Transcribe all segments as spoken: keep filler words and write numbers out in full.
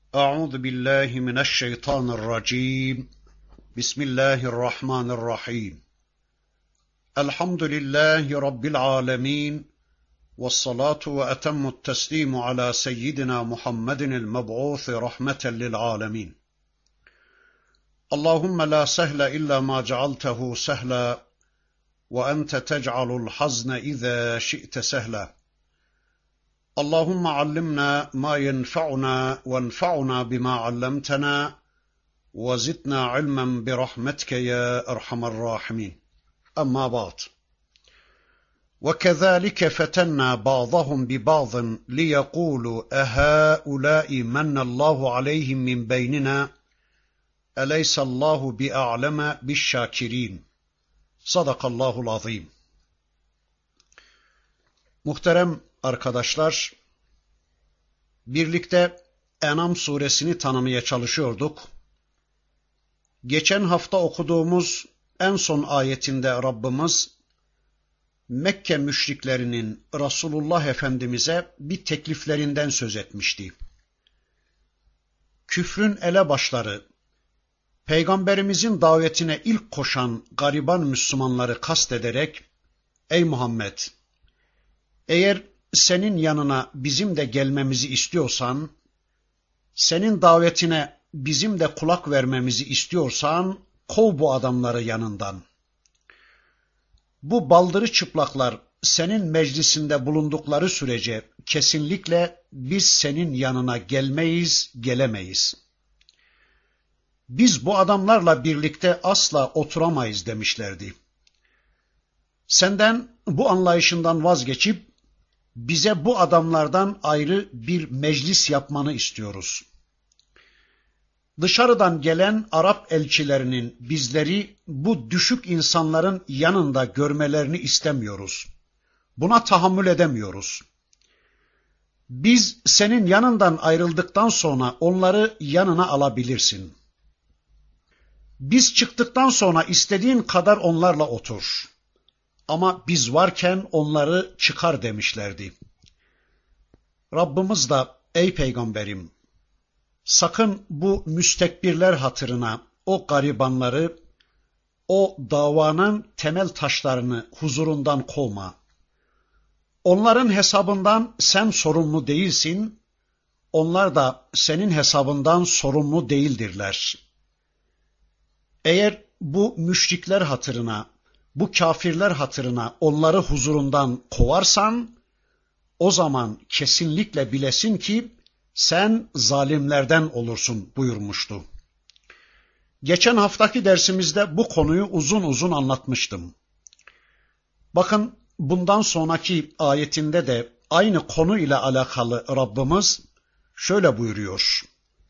أعوذ بالله من الشيطان الرجيم بسم الله الرحمن الرحيم الحمد لله رب العالمين والصلاة وأتم التسليم على سيدنا محمد المبعوث رحمة للعالمين اللهم لا سهل إلا ما جعلته سهلا وأنت تجعل الحزن إذا شئت سهلا اللهم علمنا ما ينفعنا وانفعنا بما علمتنا وزدنا علما برحمتك يا أرحم الراحمين أما بعد وكذلك فتنا بعضهم ببعض ليقولوا أهؤلاء من الله عليهم من بيننا أليس الله بأعلم بالشاكرين Sadakallahul azim. Muhterem arkadaşlar, birlikte En'am suresini tanımaya çalışıyorduk. Geçen hafta okuduğumuz en son ayetinde Rabbimiz Mekke müşriklerinin Resulullah Efendimiz'e bir tekliflerinden söz etmişti. Küfrün elebaşları, Peygamberimizin davetine ilk koşan gariban Müslümanları kastederek, ey Muhammed, eğer senin yanına bizim de gelmemizi istiyorsan, senin davetine bizim de kulak vermemizi istiyorsan, kov bu adamları yanından. Bu baldırı çıplaklar senin meclisinde bulundukları sürece kesinlikle biz senin yanına gelmeyiz, gelemeyiz. Biz bu adamlarla birlikte asla oturamayız demişlerdi. Senden bu anlayışından vazgeçip bize bu adamlardan ayrı bir meclis yapmanı istiyoruz. Dışarıdan gelen Arap elçilerinin bizleri bu düşük insanların yanında görmelerini istemiyoruz. Buna tahammül edemiyoruz. Biz senin yanından ayrıldıktan sonra onları yanına alabilirsin. Biz çıktıktan sonra istediğin kadar onlarla otur. Ama biz varken onları çıkar demişlerdi. Rabbimiz de ey peygamberim, sakın bu müstekbirler hatırına o garibanları, o davanın temel taşlarını huzurundan kovma. Onların hesabından sen sorumlu değilsin, onlar da senin hesabından sorumlu değildirler. Eğer bu müşrikler hatırına, bu kafirler hatırına onları huzurundan kovarsan, o zaman kesinlikle bilesin ki sen zalimlerden olursun buyurmuştu. Geçen haftaki dersimizde bu konuyu uzun uzun anlatmıştım. Bakın bundan sonraki ayetinde de aynı konu ile alakalı Rabbimiz şöyle buyuruyor.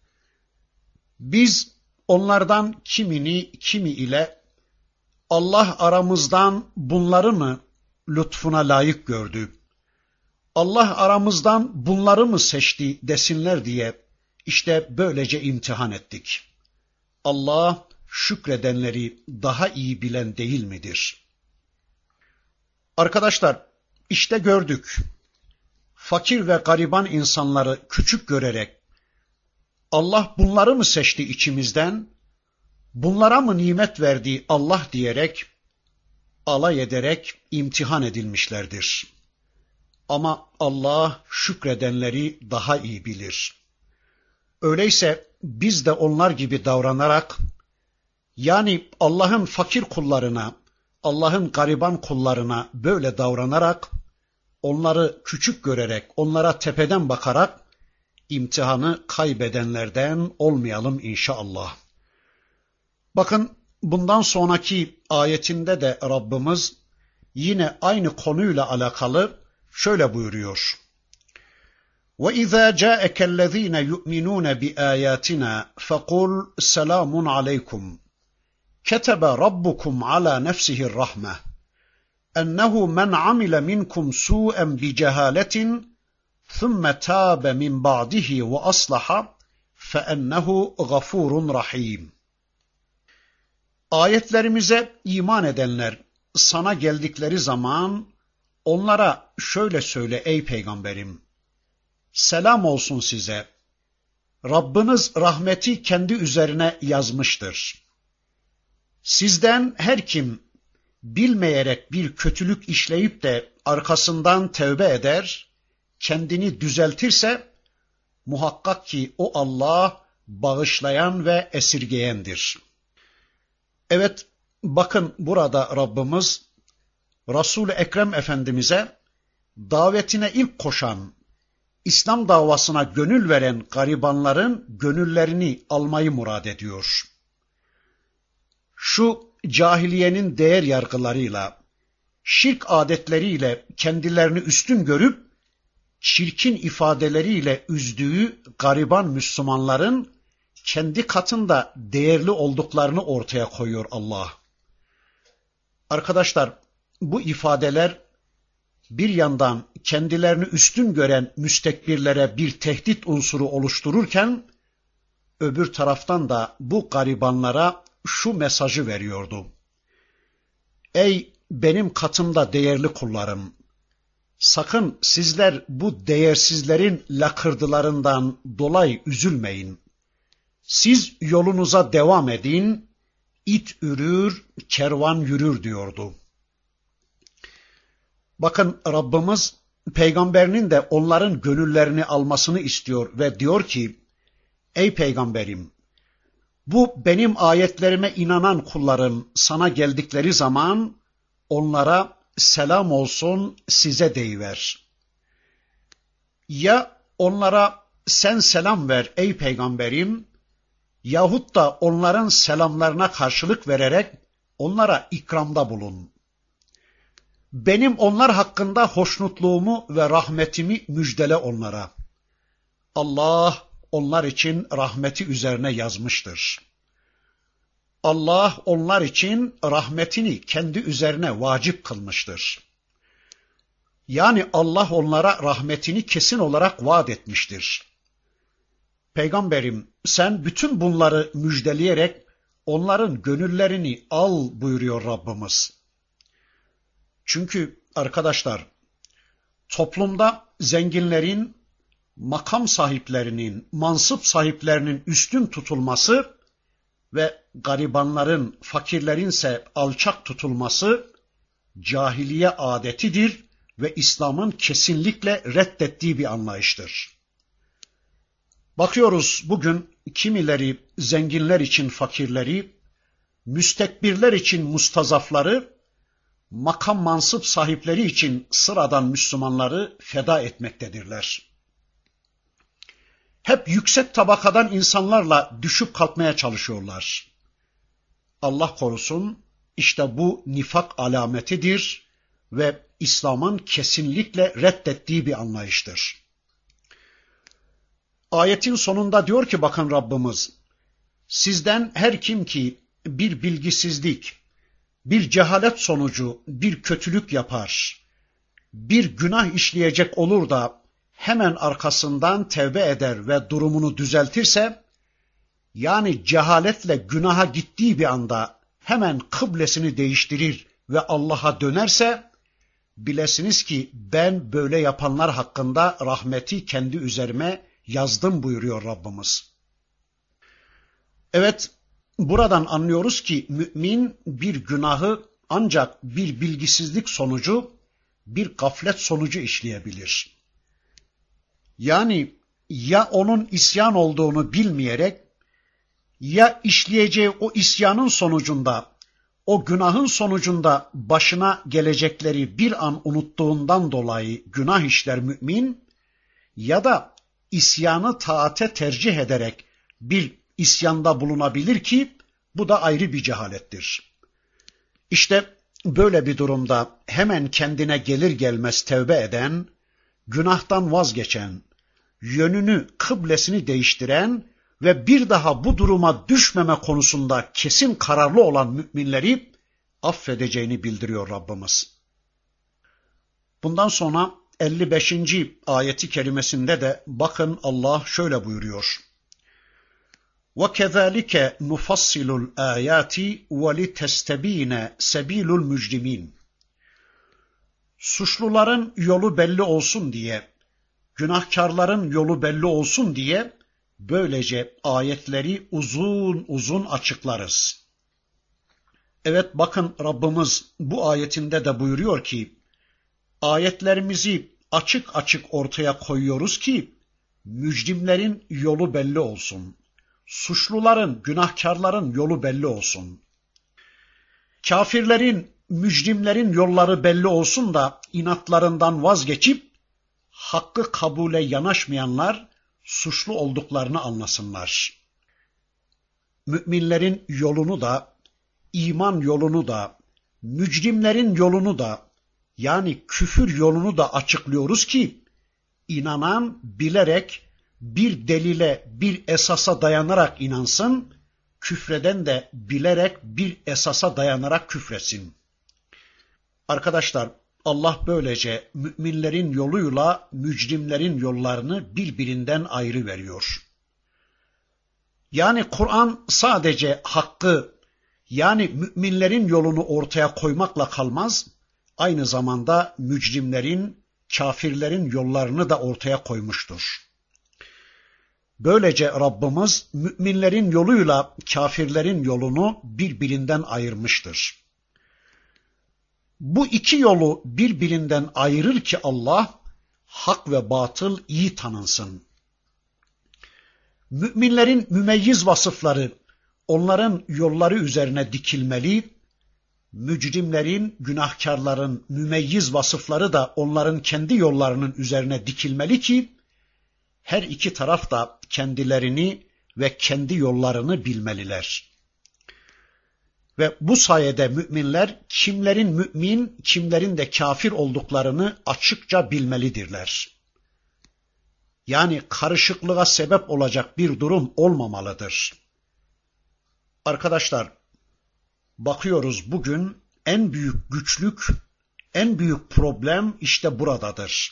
Biz onlardan kimini kimi ile Allah aramızdan bunları mı lütfuna layık gördü? Allah aramızdan bunları mı seçti desinler diye işte böylece imtihan ettik. Allah şükredenleri daha iyi bilen değil midir? Arkadaşlar işte gördük. Fakir ve gariban insanları küçük görerek Allah bunları mı seçti içimizden? Bunlara mı nimet verdi Allah diyerek, alay ederek imtihan edilmişlerdir. Ama Allah şükredenleri daha iyi bilir. Öyleyse biz de onlar gibi davranarak, yani Allah'ın fakir kullarına, Allah'ın gariban kullarına böyle davranarak, onları küçük görerek, onlara tepeden bakarak, imtihanı kaybedenlerden olmayalım inşallah. Bakın bundan sonraki ayetinde de Rabbimiz yine aynı konuyla alakalı şöyle buyuruyor. وَإِذَا جَاءَكَ الَّذ۪ينَ يُؤْمِنُونَ بِآيَاتِنَا فَقُلْ سَلَامٌ عَلَيْكُمْ كَتَبَ رَبُّكُمْ عَلَى نَفْسِهِ الرَّحْمَةِ أَنَّهُ مَنْ عَمِلَ مِنْكُمْ سُوءًا بِجَهَالَةٍ ثُمَّ تَابَ مِنْ بَعْدِهِ وَأَصْلَحَ فَأَنَّهُ غَفُورٌ رَحِيمٌ. Ayetlerimize iman edenler sana geldikleri zaman onlara şöyle söyle ey peygamberim, selam olsun size. Rabbiniz rahmeti kendi üzerine yazmıştır. Sizden her kim bilmeyerek bir kötülük işleyip de arkasından tevbe eder, kendini düzeltirse, muhakkak ki o Allah bağışlayan ve esirgeyendir. Evet, bakın burada Rabbimiz, Resul-i Ekrem Efendimiz'e davetine ilk koşan, İslam davasına gönül veren garibanların gönüllerini almayı murad ediyor. Şu cahiliyenin değer yargılarıyla, şirk adetleriyle kendilerini üstün görüp, çirkin ifadeleriyle üzdüğü gariban Müslümanların kendi katında değerli olduklarını ortaya koyuyor Allah. Arkadaşlar, bu ifadeler bir yandan kendilerini üstün gören müstekbirlere bir tehdit unsuru oluştururken, öbür taraftan da bu garibanlara şu mesajı veriyordu. Ey benim katımda değerli kullarım! Sakın sizler bu değersizlerin lakırdılarından dolayı üzülmeyin. Siz yolunuza devam edin, it ürür, kervan yürür diyordu. Bakın Rabbimiz peygamberinin de onların gönüllerini almasını istiyor ve diyor ki, ey peygamberim, bu benim ayetlerime inanan kullarım sana geldikleri zaman onlara selam olsun size deyiver. Ya onlara sen selam ver ey peygamberim, yahut da onların selamlarına karşılık vererek onlara ikramda bulun. Benim onlar hakkında hoşnutluğumu ve rahmetimi müjdele onlara. Allah onlar için rahmeti üzerine yazmıştır. Allah onlar için rahmetini kendi üzerine vacip kılmıştır. Yani Allah onlara rahmetini kesin olarak vaat etmiştir. Peygamberim sen bütün bunları müjdeleyerek onların gönüllerini al buyuruyor Rabbimiz. Çünkü arkadaşlar toplumda zenginlerin, makam sahiplerinin, mansıp sahiplerinin üstün tutulması ve garibanların, fakirlerinse alçak tutulması cahiliye adetidir ve İslam'ın kesinlikle reddettiği bir anlayıştır. Bakıyoruz bugün kimileri zenginler için fakirleri, müstekbirler için mustazafları, makam mansıp sahipleri için sıradan Müslümanları feda etmektedirler. Hep yüksek tabakadan insanlarla düşüp kalkmaya çalışıyorlar. Allah korusun, işte bu nifak alametidir ve İslam'ın kesinlikle reddettiği bir anlayıştır. Ayetin sonunda diyor ki bakın Rabbimiz, sizden her kim ki bir bilgisizlik, bir cehalet sonucu bir kötülük yapar, bir günah işleyecek olur da hemen arkasından tevbe eder ve durumunu düzeltirse, yani cehaletle günaha gittiği bir anda hemen kıblesini değiştirir ve Allah'a dönerse, bilesiniz ki ben böyle yapanlar hakkında rahmeti kendi üzerime yazdım buyuruyor Rabbimiz. Evet, buradan anlıyoruz ki mümin bir günahı ancak bir bilgisizlik sonucu, bir gaflet sonucu işleyebilir. Yani ya onun isyan olduğunu bilmeyerek, ya işleyeceği o isyanın sonucunda, o günahın sonucunda başına gelecekleri bir an unuttuğundan dolayı günah işler mümin, ya da isyanı taate tercih ederek bir isyanda bulunabilir ki bu da ayrı bir cehalettir. İşte böyle bir durumda hemen kendine gelir gelmez tevbe eden, günahtan vazgeçen, yönünü, kıblesini değiştiren ve bir daha bu duruma düşmeme konusunda kesin kararlı olan müminleri affedeceğini bildiriyor Rabbimiz. Bundan sonra elli beşinci ayeti kerimesinde de bakın Allah şöyle buyuruyor. وَكَذَٰلِكَ نُفَصِّلُ الْآيَاتِ وَلِتَسْتَب۪ينَ سَب۪يلُ الْمُجْرِم۪ينَ Suçluların yolu belli olsun diye, günahkarların yolu belli olsun diye Böylece ayetleri uzun uzun açıklarız. Evet, bakın Rabbimiz bu ayetinde de buyuruyor ki, ayetlerimizi açık açık ortaya koyuyoruz ki mücrimlerin yolu belli olsun. Suçluların, günahkarların yolu belli olsun. Kafirlerin, mücrimlerin yolları belli olsun da inatlarından vazgeçip hakkı kabule yanaşmayanlar suçlu olduklarını anlasınlar. Müminlerin yolunu da, iman yolunu da, mücrimlerin yolunu da, yani küfür yolunu da açıklıyoruz ki inanan bilerek bir delile, bir esasa dayanarak inansın, küfreden de bilerek bir esasa dayanarak küfretsin. Arkadaşlar, Allah böylece müminlerin yoluyla mücrimlerin yollarını birbirinden ayrı veriyor. Yani Kur'an sadece hakkı, yani müminlerin yolunu ortaya koymakla kalmaz, aynı zamanda mücrimlerin, kafirlerin yollarını da ortaya koymuştur. Böylece Rabbimiz müminlerin yoluyla kafirlerin yolunu birbirinden ayırmıştır. Bu iki yolu birbirinden ayırır ki Allah, hak ve batıl iyi tanınsın. Müminlerin mümeyyiz vasıfları onların yolları üzerine dikilmeli, mücrimlerin, günahkarların mümeyyiz vasıfları da onların kendi yollarının üzerine dikilmeli ki her iki taraf da kendilerini ve kendi yollarını bilmeliler. Ve bu sayede müminler kimlerin mümin, kimlerin de kafir olduklarını açıkça bilmelidirler. Yani karışıklığa sebep olacak bir durum olmamalıdır. Arkadaşlar, bakıyoruz bugün en büyük güçlük, en büyük problem işte buradadır.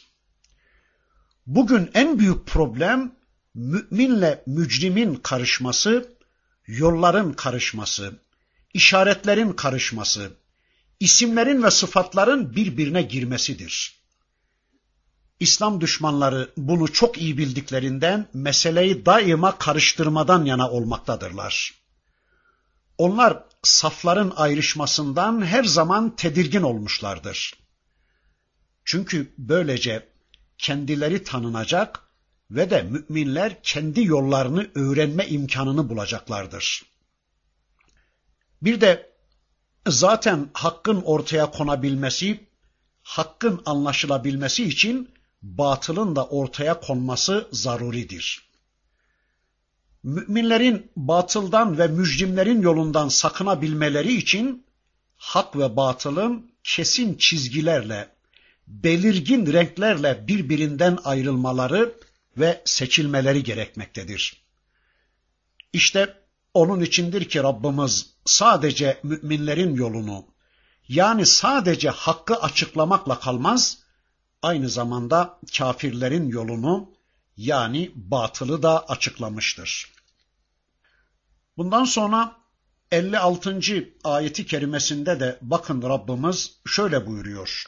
Bugün en büyük problem müminle mücrimin karışması, yolların karışması, işaretlerin karışması, isimlerin ve sıfatların birbirine girmesidir. İslam düşmanları bunu çok iyi bildiklerinden meseleyi daima karıştırmadan yana olmaktadırlar. Onlar safların ayrışmasından her zaman tedirgin olmuşlardır. Çünkü böylece kendileri tanınacak ve de müminler kendi yollarını öğrenme imkanını bulacaklardır. Bir de zaten hakkın ortaya konabilmesi, hakkın anlaşılabilmesi için batılın da ortaya konması zaruridir. Müminlerin batıldan ve mücrimlerin yolundan sakınabilmeleri için hak ve batılın kesin çizgilerle, belirgin renklerle birbirinden ayrılmaları ve seçilmeleri gerekmektedir. İşte onun içindir ki Rabbimiz sadece müminlerin yolunu, yani sadece hakkı açıklamakla kalmaz, aynı zamanda kafirlerin yolunu, yani batılı da açıklamıştır. Bundan sonra elli altıncı ayeti kerimesinde de bakın Rabbimiz şöyle buyuruyor.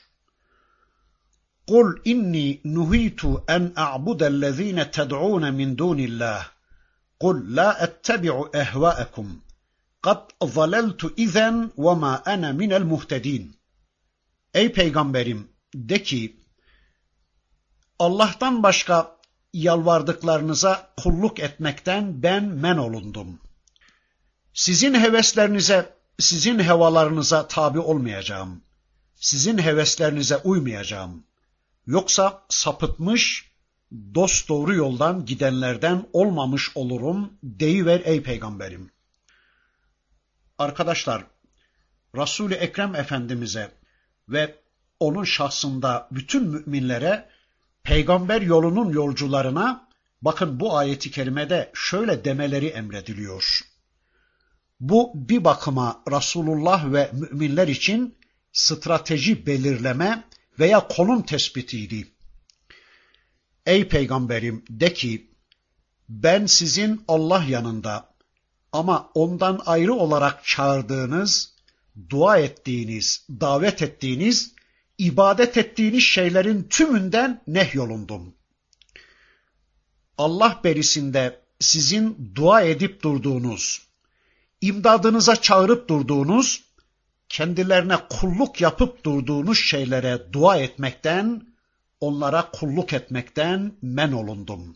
قُلْ اِنِّي نُهِيتُ اَنْ اَعْبُدَ الَّذ۪ينَ تَدْعُونَ مِنْ دُونِ اللّٰهِ قُلْ لَا اَتَّبِعُ اَهْوَاءَكُمْ قَدْ ظَلَلْتُ اِذًا وَمَا اَنَا مِنَ الْمُهْتَد۪ينَ. Ey Peygamberim, de ki, Allah'tan başka yalvardıklarınıza kulluk etmekten ben men olundum. Sizin heveslerinize, sizin hevalarınıza tabi olmayacağım. Sizin heveslerinize uymayacağım. Yoksa sapıtmış, dosdoğru yoldan gidenlerden olmamış olurum deyiver ey Peygamberim. Arkadaşlar, Resul-i Ekrem Efendimiz'e ve onun şahsında bütün müminlere, peygamber yolunun yolcularına bakın bu ayeti kerimede şöyle demeleri emrediliyor. Bu bir bakıma Resulullah ve müminler için strateji belirleme veya konum tespitiydi. Ey Peygamberim, de ki, ben sizin Allah yanında ama ondan ayrı olarak çağırdığınız, dua ettiğiniz, davet ettiğiniz, ibadet ettiğiniz şeylerin tümünden nehyolundum. Allah berisinde sizin dua edip durduğunuz, imdadınıza çağırıp durduğunuz, kendilerine kulluk yapıp durduğunuz şeylere dua etmekten, onlara kulluk etmekten men olundum.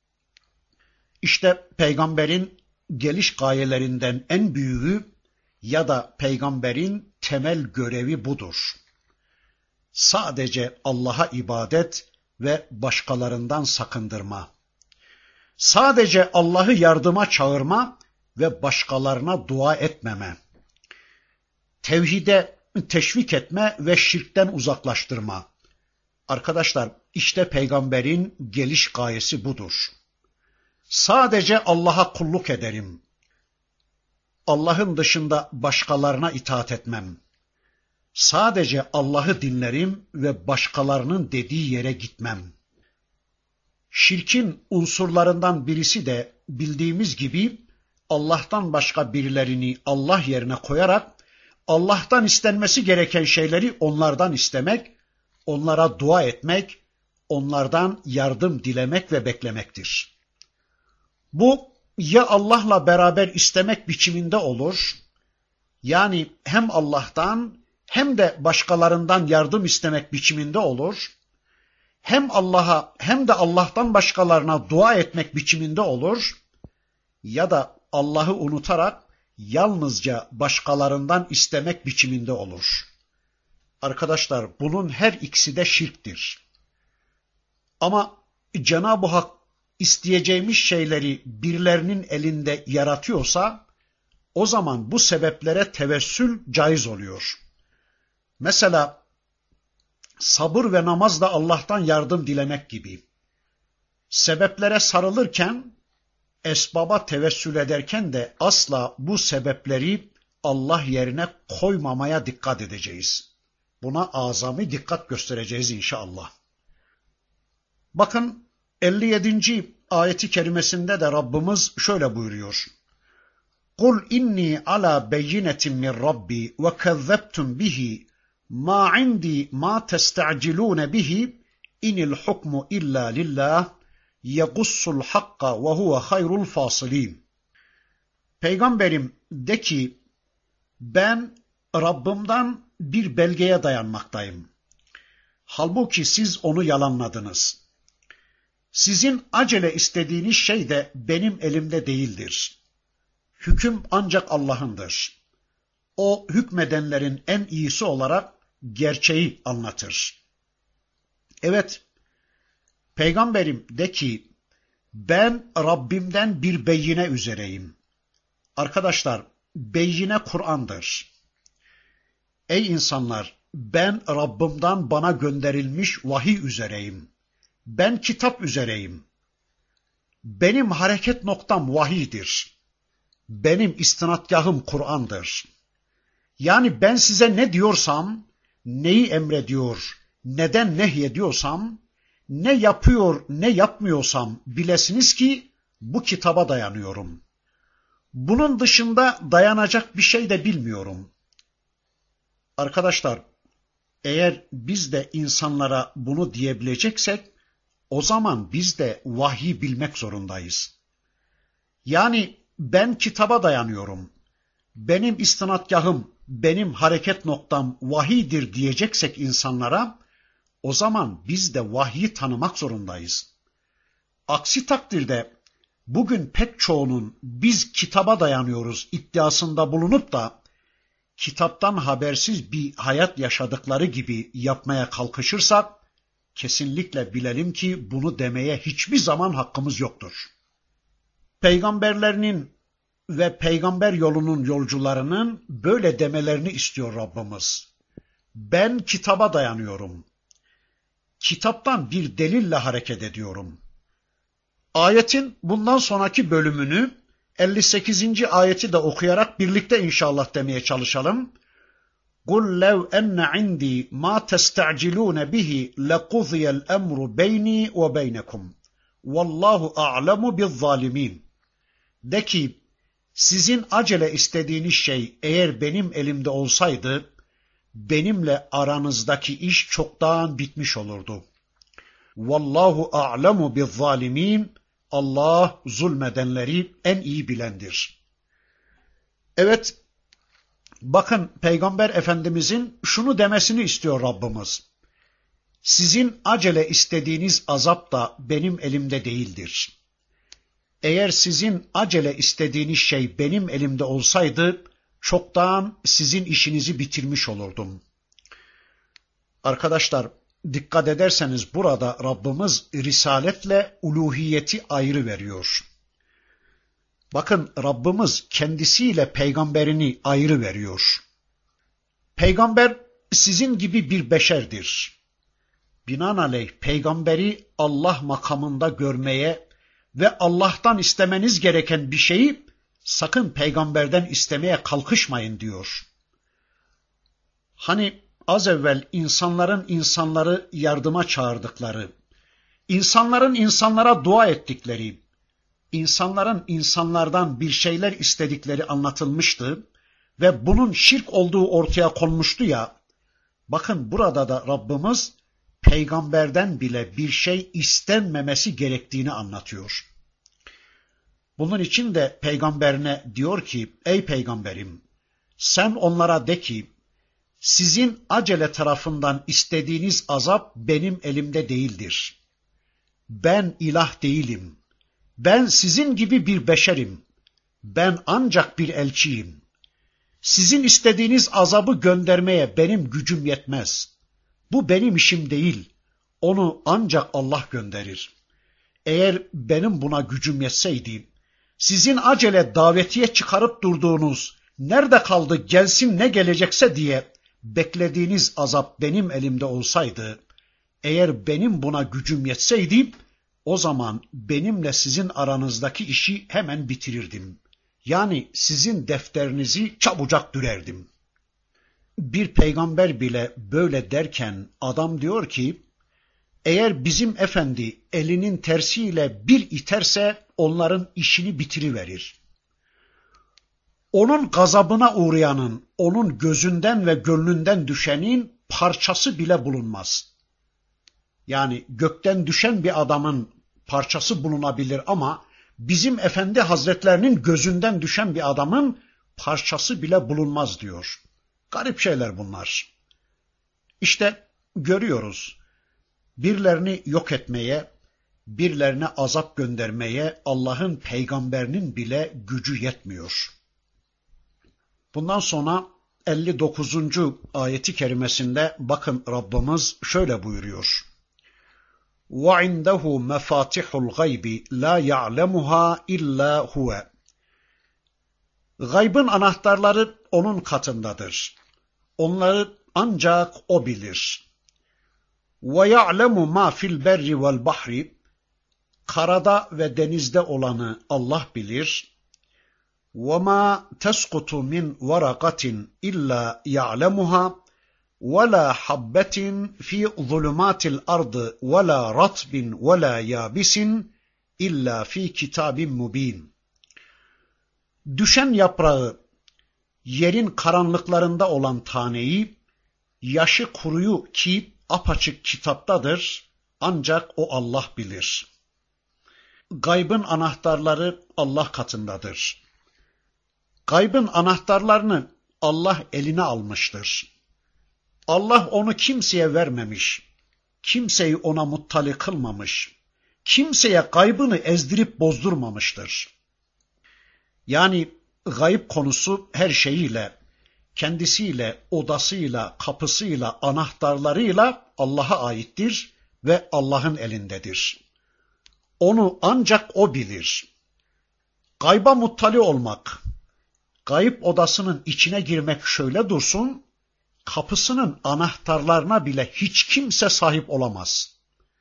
İşte peygamberin geliş gayelerinden en büyüğü ya da peygamberin temel görevi budur. Sadece Allah'a ibadet ve başkalarından sakındırma. Sadece Allah'ı yardıma çağırma ve başkalarına dua etmeme. Tevhide teşvik etme ve şirkten uzaklaştırma. Arkadaşlar, işte peygamberin geliş gayesi budur. Sadece Allah'a kulluk ederim. Allah'ın dışında başkalarına itaat etmem. Sadece Allah'ı dinlerim ve başkalarının dediği yere gitmem. Şirkin unsurlarından birisi de bildiğimiz gibi Allah'tan başka birilerini Allah yerine koyarak Allah'tan istenmesi gereken şeyleri onlardan istemek, onlara dua etmek, onlardan yardım dilemek ve beklemektir. Bu ya Allah'la beraber istemek biçiminde olur, yani hem Allah'tan hem de başkalarından yardım istemek biçiminde olur, hem Allah'a hem de Allah'tan başkalarına dua etmek biçiminde olur, ya da Allah'ı unutarak yalnızca başkalarından istemek biçiminde olur. Arkadaşlar, bunun her ikisi de şirktir. Ama Cenab-ı Hak isteyeceğimiz şeyleri birilerinin elinde yaratıyorsa, o zaman bu sebeplere tevessül caiz oluyor. Mesela sabır ve namazla Allah'tan yardım dilemek gibi. Sebeplere sarılırken, esbaba tevessül ederken de asla bu sebepleri Allah yerine koymamaya dikkat edeceğiz. Buna azami dikkat göstereceğiz inşallah. Bakın elli yedinci ayeti kerimesinde de Rabbimiz şöyle buyuruyor. Kul inni ala beyinetin min Rabbi ve kezzebtum bihi ma indi ma testa'cilun bihi inil hukmu illa lillah yegussul hakka ve huve hayrul fasilin. Peygamberim de ki, ben Rabbimden bir belgeye dayanmaktayım. Halbuki siz onu yalanladınız. Sizin acele istediğiniz şey de benim elimde değildir. Hüküm ancak Allah'ındır. O hükmedenlerin en iyisi olarak gerçeği anlatır. Evet, Peygamberim de ki, ben Rabbimden bir beyine üzereyim. Arkadaşlar, beyine Kur'an'dır. Ey insanlar, ben Rabbimden bana gönderilmiş vahiy üzereyim. Ben kitap üzereyim. Benim hareket noktam vahiydir. Benim istinadgahım Kur'an'dır. Yani ben size ne diyorsam, neyi emrediyor, neden nehyediyorsam, ne yapıyor, ne yapmıyorsam bilesiniz ki bu kitaba dayanıyorum. Bunun dışında dayanacak bir şey de bilmiyorum. Arkadaşlar, eğer biz de insanlara bunu diyebileceksek, o zaman biz de vahyi bilmek zorundayız. Yani ben kitaba dayanıyorum. Benim istinadgahım, benim hareket noktam vahiydir diyeceksek insanlara, o zaman biz de vahyi tanımak zorundayız. Aksi takdirde bugün pek çoğunun biz kitaba dayanıyoruz iddiasında bulunup da kitaptan habersiz bir hayat yaşadıkları gibi yapmaya kalkışırsak, kesinlikle bilelim ki bunu demeye hiçbir zaman hakkımız yoktur. Peygamberlerinin ve peygamber yolunun yolcularının böyle demelerini istiyor Rabbimiz. Ben kitaba dayanıyorum. Kitaptan bir delille hareket ediyorum. Ayetin bundan sonraki bölümünü elli sekizinci ayeti de okuyarak birlikte inşallah demeye çalışalım. قُلْ لَوْ اَنَّ عِنْدِي مَا تَسْتَعْجِلُونَ بِهِ لَقُضِيَ الْاَمْرُ بَيْنِي وَبَيْنَكُمْ وَاللّٰهُ أَعْلَمُ بِالظَّالِمِينَ. De ki, sizin acele istediğiniz şey eğer benim elimde olsaydı, benimle aranızdaki iş çoktan bitmiş olurdu. Vallahu a'lemu bizzalimin. Allah zulmedenleri en iyi bilendir. Evet, bakın Peygamber Efendimizin şunu demesini istiyor Rabbimiz. Sizin acele istediğiniz azap da benim elimde değildir. Eğer sizin acele istediğiniz şey benim elimde olsaydı, çoktan sizin işinizi bitirmiş olurdum. Arkadaşlar, dikkat ederseniz burada Rabbimiz risaletle uluhiyeti ayrı veriyor. Bakın Rabbimiz kendisiyle peygamberini ayrı veriyor. Peygamber sizin gibi bir beşerdir. Binaenaleyh peygamberi Allah makamında görmeye ve Allah'tan istemeniz gereken bir şeyi sakın peygamberden istemeye kalkışmayın diyor. Hani az evvel insanların insanları yardıma çağırdıkları, insanların insanlara dua ettikleri, insanların insanlardan bir şeyler istedikleri anlatılmıştı ve bunun şirk olduğu ortaya konmuştu ya, bakın burada da Rabbimiz peygamberden bile bir şey istenmemesi gerektiğini anlatıyor. Bunun için de peygamberine diyor ki, ey peygamberim, sen onlara de ki, sizin acele tarafından istediğiniz azap benim elimde değildir. Ben ilah değilim. Ben sizin gibi bir beşerim. Ben ancak bir elçiyim. Sizin istediğiniz azabı göndermeye benim gücüm yetmez. Bu benim işim değil. Onu ancak Allah gönderir. Eğer benim buna gücüm yetseydi, sizin acele davetiye çıkarıp durduğunuz, nerede kaldı gelsin ne gelecekse diye beklediğiniz azap benim elimde olsaydı, eğer benim buna gücüm yetseydi, o zaman benimle sizin aranızdaki işi hemen bitirirdim. Yani sizin defterinizi çabucak dürerdim. Bir peygamber bile böyle derken adam diyor ki, eğer bizim efendi elinin tersiyle bir iterse onların işini bitiriverir. Onun gazabına uğrayanın, onun gözünden ve gönlünden düşenin parçası bile bulunmaz. Yani gökten düşen bir adamın parçası bulunabilir ama bizim efendi hazretlerinin gözünden düşen bir adamın parçası bile bulunmaz diyor. Garip şeyler bunlar. İşte görüyoruz. Birilerini yok etmeye, birilerine azap göndermeye Allah'ın peygamberinin bile gücü yetmiyor. Bundan sonra elli dokuzuncu ayeti kerimesinde bakın Rabbimiz şöyle buyuruyor. وَعِنْدَهُ مَفَاتِحُ الْغَيْبِ لَا يَعْلَمُهَا إِلَّا هُوَ. Gaybın anahtarları onun katındadır. Onları ancak o bilir. وَيَعْلَمُ مَا فِي الْبَرِّ وَالْبَحْرِ. Karada ve denizde olanı Allah bilir. وَمَا تَسْقُطُ مِنْ وَرَقَةٍ إِلَّا يَعْلَمُهَا وَلَا حَبَّةٍ فِي ظُلُمَاتِ الْأَرْضِ وَلَا رَطْبٍ وَلَا يَابِسٍ إِلَّا فِي كِتَابٍ مُبِينٍ. Düşen yaprağı, yerin karanlıklarında olan taneyi, yaşı kuruyu ki apaçık kitaptadır, ancak o Allah bilir. Gaybın anahtarları Allah katındadır. Gaybın anahtarlarını Allah eline almıştır. Allah onu kimseye vermemiş, kimseyi ona muttali kılmamış, kimseye gaybını ezdirip bozdurmamıştır. Yani gayb konusu her şeyiyle, kendisiyle, odasıyla, kapısıyla, anahtarlarıyla Allah'a aittir ve Allah'ın elindedir. Onu ancak o bilir. Gayba muttali olmak, gayb odasının içine girmek şöyle dursun, kapısının anahtarlarına bile hiç kimse sahip olamaz.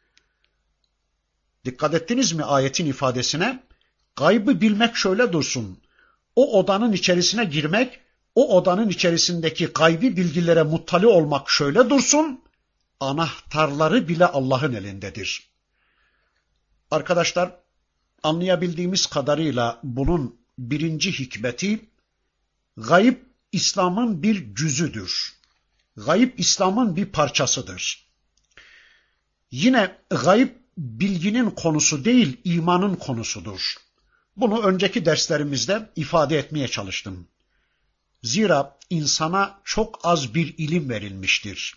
Dikkat ettiniz mi ayetin ifadesine? Gaybı bilmek şöyle dursun, o odanın içerisine girmek, o odanın içerisindeki gaybi bilgilere muttali olmak şöyle dursun, anahtarları bile Allah'ın elindedir. Arkadaşlar, anlayabildiğimiz kadarıyla bunun birinci hikmeti, gayb İslam'ın bir cüzüdür. Gayb İslam'ın bir parçasıdır. Yine gayb bilginin konusu değil, imanın konusudur. Bunu önceki derslerimizde ifade etmeye çalıştım. Zira insana çok az bir ilim verilmiştir.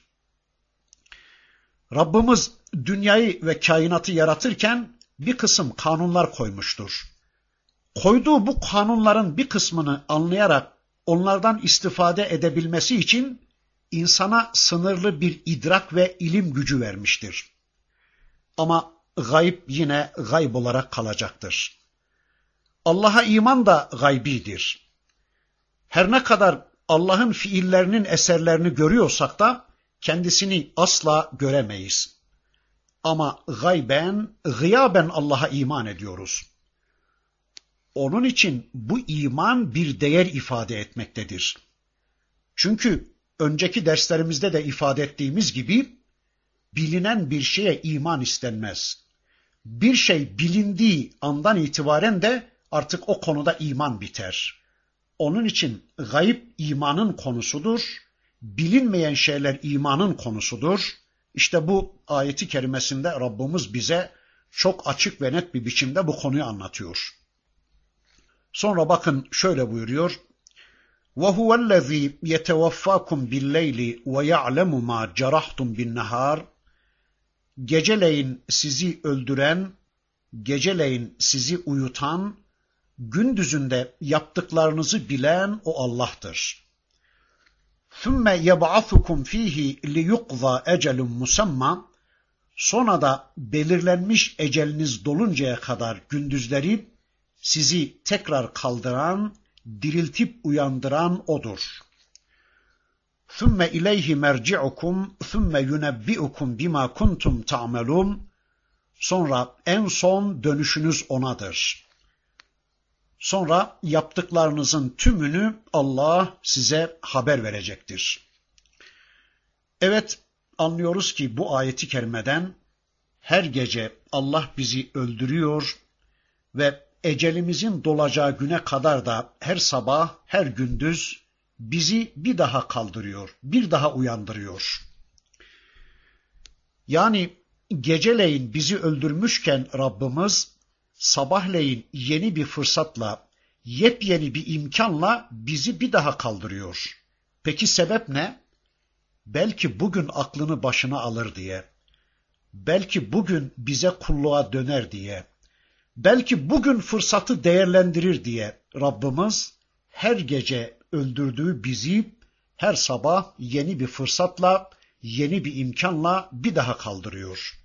Rabbimiz dünyayı ve kainatı yaratırken bir kısım kanunlar koymuştur. Koyduğu bu kanunların bir kısmını anlayarak onlardan istifade edebilmesi için insana sınırlı bir idrak ve ilim gücü vermiştir. Ama gayb yine gayb olarak kalacaktır. Allah'a iman da gaybidir. Her ne kadar Allah'ın fiillerinin eserlerini görüyorsak da kendisini asla göremeyiz. Ama gayben, gıyaben Allah'a iman ediyoruz. Onun için bu iman bir değer ifade etmektedir. Çünkü önceki derslerimizde de ifade ettiğimiz gibi bilinen bir şeye iman istenmez. Bir şey bilindiği andan itibaren de artık o konuda iman biter. Onun için gayb imanın konusudur. Bilinmeyen şeyler imanın konusudur. İşte bu ayeti kerimesinde Rabbimiz bize çok açık ve net bir biçimde bu konuyu anlatıyor. Sonra bakın şöyle buyuruyor. وَهُوَ الَّذ۪ي يَتَوَفَّاكُمْ بِالْلَيْلِ وَيَعْلَمُ مَا جَرَحْتُمْ بِالنَّهَارِ Geceleyin sizi öldüren, geceleyin sizi uyutan, gündüzünde yaptıklarınızı bilen o Allah'tır. ثُمَّ يَبْعَثُكُمْ ف۪يهِ لِيُقْضَى اَجَلٌ مُسَمَّى Sonra da belirlenmiş eceliniz doluncaya kadar gündüzleri sizi tekrar kaldıran, diriltip uyandıran O'dur. ثُمَّ اِلَيْهِ مَرْجِعُكُمْ ثُمَّ يُنَبِّئُكُمْ بِمَا كُنْتُمْ تَعْمَلُونَ Sonra en son dönüşünüz O'nadır. Sonra yaptıklarınızın tümünü Allah size haber verecektir. Evet, anlıyoruz ki bu ayeti kerimeden her gece Allah bizi öldürüyor ve ecelimizin dolacağı güne kadar da her sabah, her gündüz bizi bir daha kaldırıyor, bir daha uyandırıyor. Yani geceleyin bizi öldürmüşken Rabbimiz sabahleyin yeni bir fırsatla, yepyeni bir imkanla bizi bir daha kaldırıyor. Peki sebep ne? Belki bugün aklını başına alır diye. Belki bugün bize kulluğa döner diye. Belki bugün fırsatı değerlendirir diye Rabbimiz her gece öldürdüğü bizi her sabah yeni bir fırsatla, yeni bir imkanla bir daha kaldırıyor.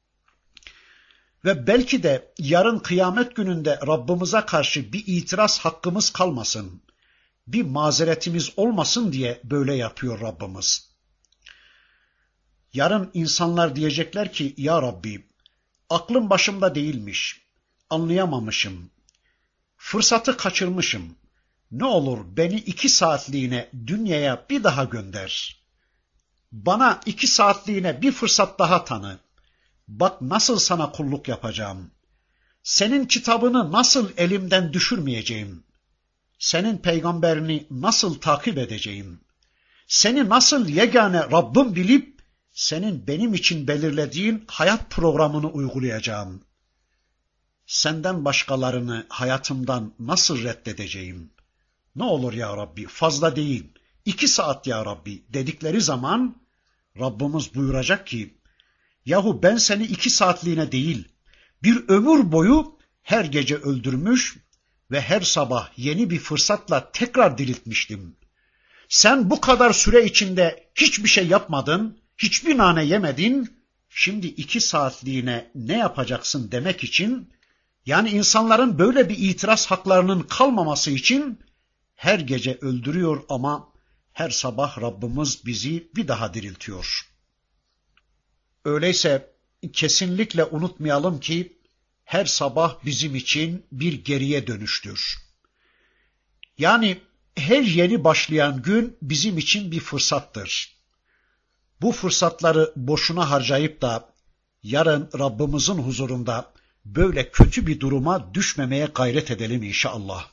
Ve belki de yarın kıyamet gününde Rabbimize karşı bir itiraz hakkımız kalmasın, bir mazeretimiz olmasın diye böyle yapıyor Rabbimiz. Yarın insanlar diyecekler ki, ya Rabbi, aklım başımda değilmiş, anlayamamışım, fırsatı kaçırmışım, ne olur beni iki saatliğine dünyaya bir daha gönder. Bana iki saatliğine bir fırsat daha tanı. Bak nasıl sana kulluk yapacağım. Senin kitabını nasıl elimden düşürmeyeceğim. Senin peygamberini nasıl takip edeceğim. Seni nasıl yegane Rabbim bilip, senin benim için belirlediğin hayat programını uygulayacağım. Senden başkalarını hayatımdan nasıl reddedeceğim? Ne olur ya Rabbi, fazla değil, iki saat ya Rabbi dedikleri zaman Rabbimiz buyuracak ki, yahu ben seni iki saatliğine değil, bir ömür boyu her gece öldürmüş ve her sabah yeni bir fırsatla tekrar diriltmiştim. Sen bu kadar süre içinde hiçbir şey yapmadın, hiçbir nane yemedin, şimdi iki saatliğine ne yapacaksın demek için, yani insanların böyle bir itiraz haklarının kalmaması için her gece öldürüyor ama her sabah Rabbimiz bizi bir daha diriltiyor. Öyleyse kesinlikle unutmayalım ki her sabah bizim için bir geriye dönüştür. Yani her yeni başlayan gün bizim için bir fırsattır. Bu fırsatları boşuna harcayıp da yarın Rabbimizin huzurunda böyle kötü bir duruma düşmemeye gayret edelim inşallah.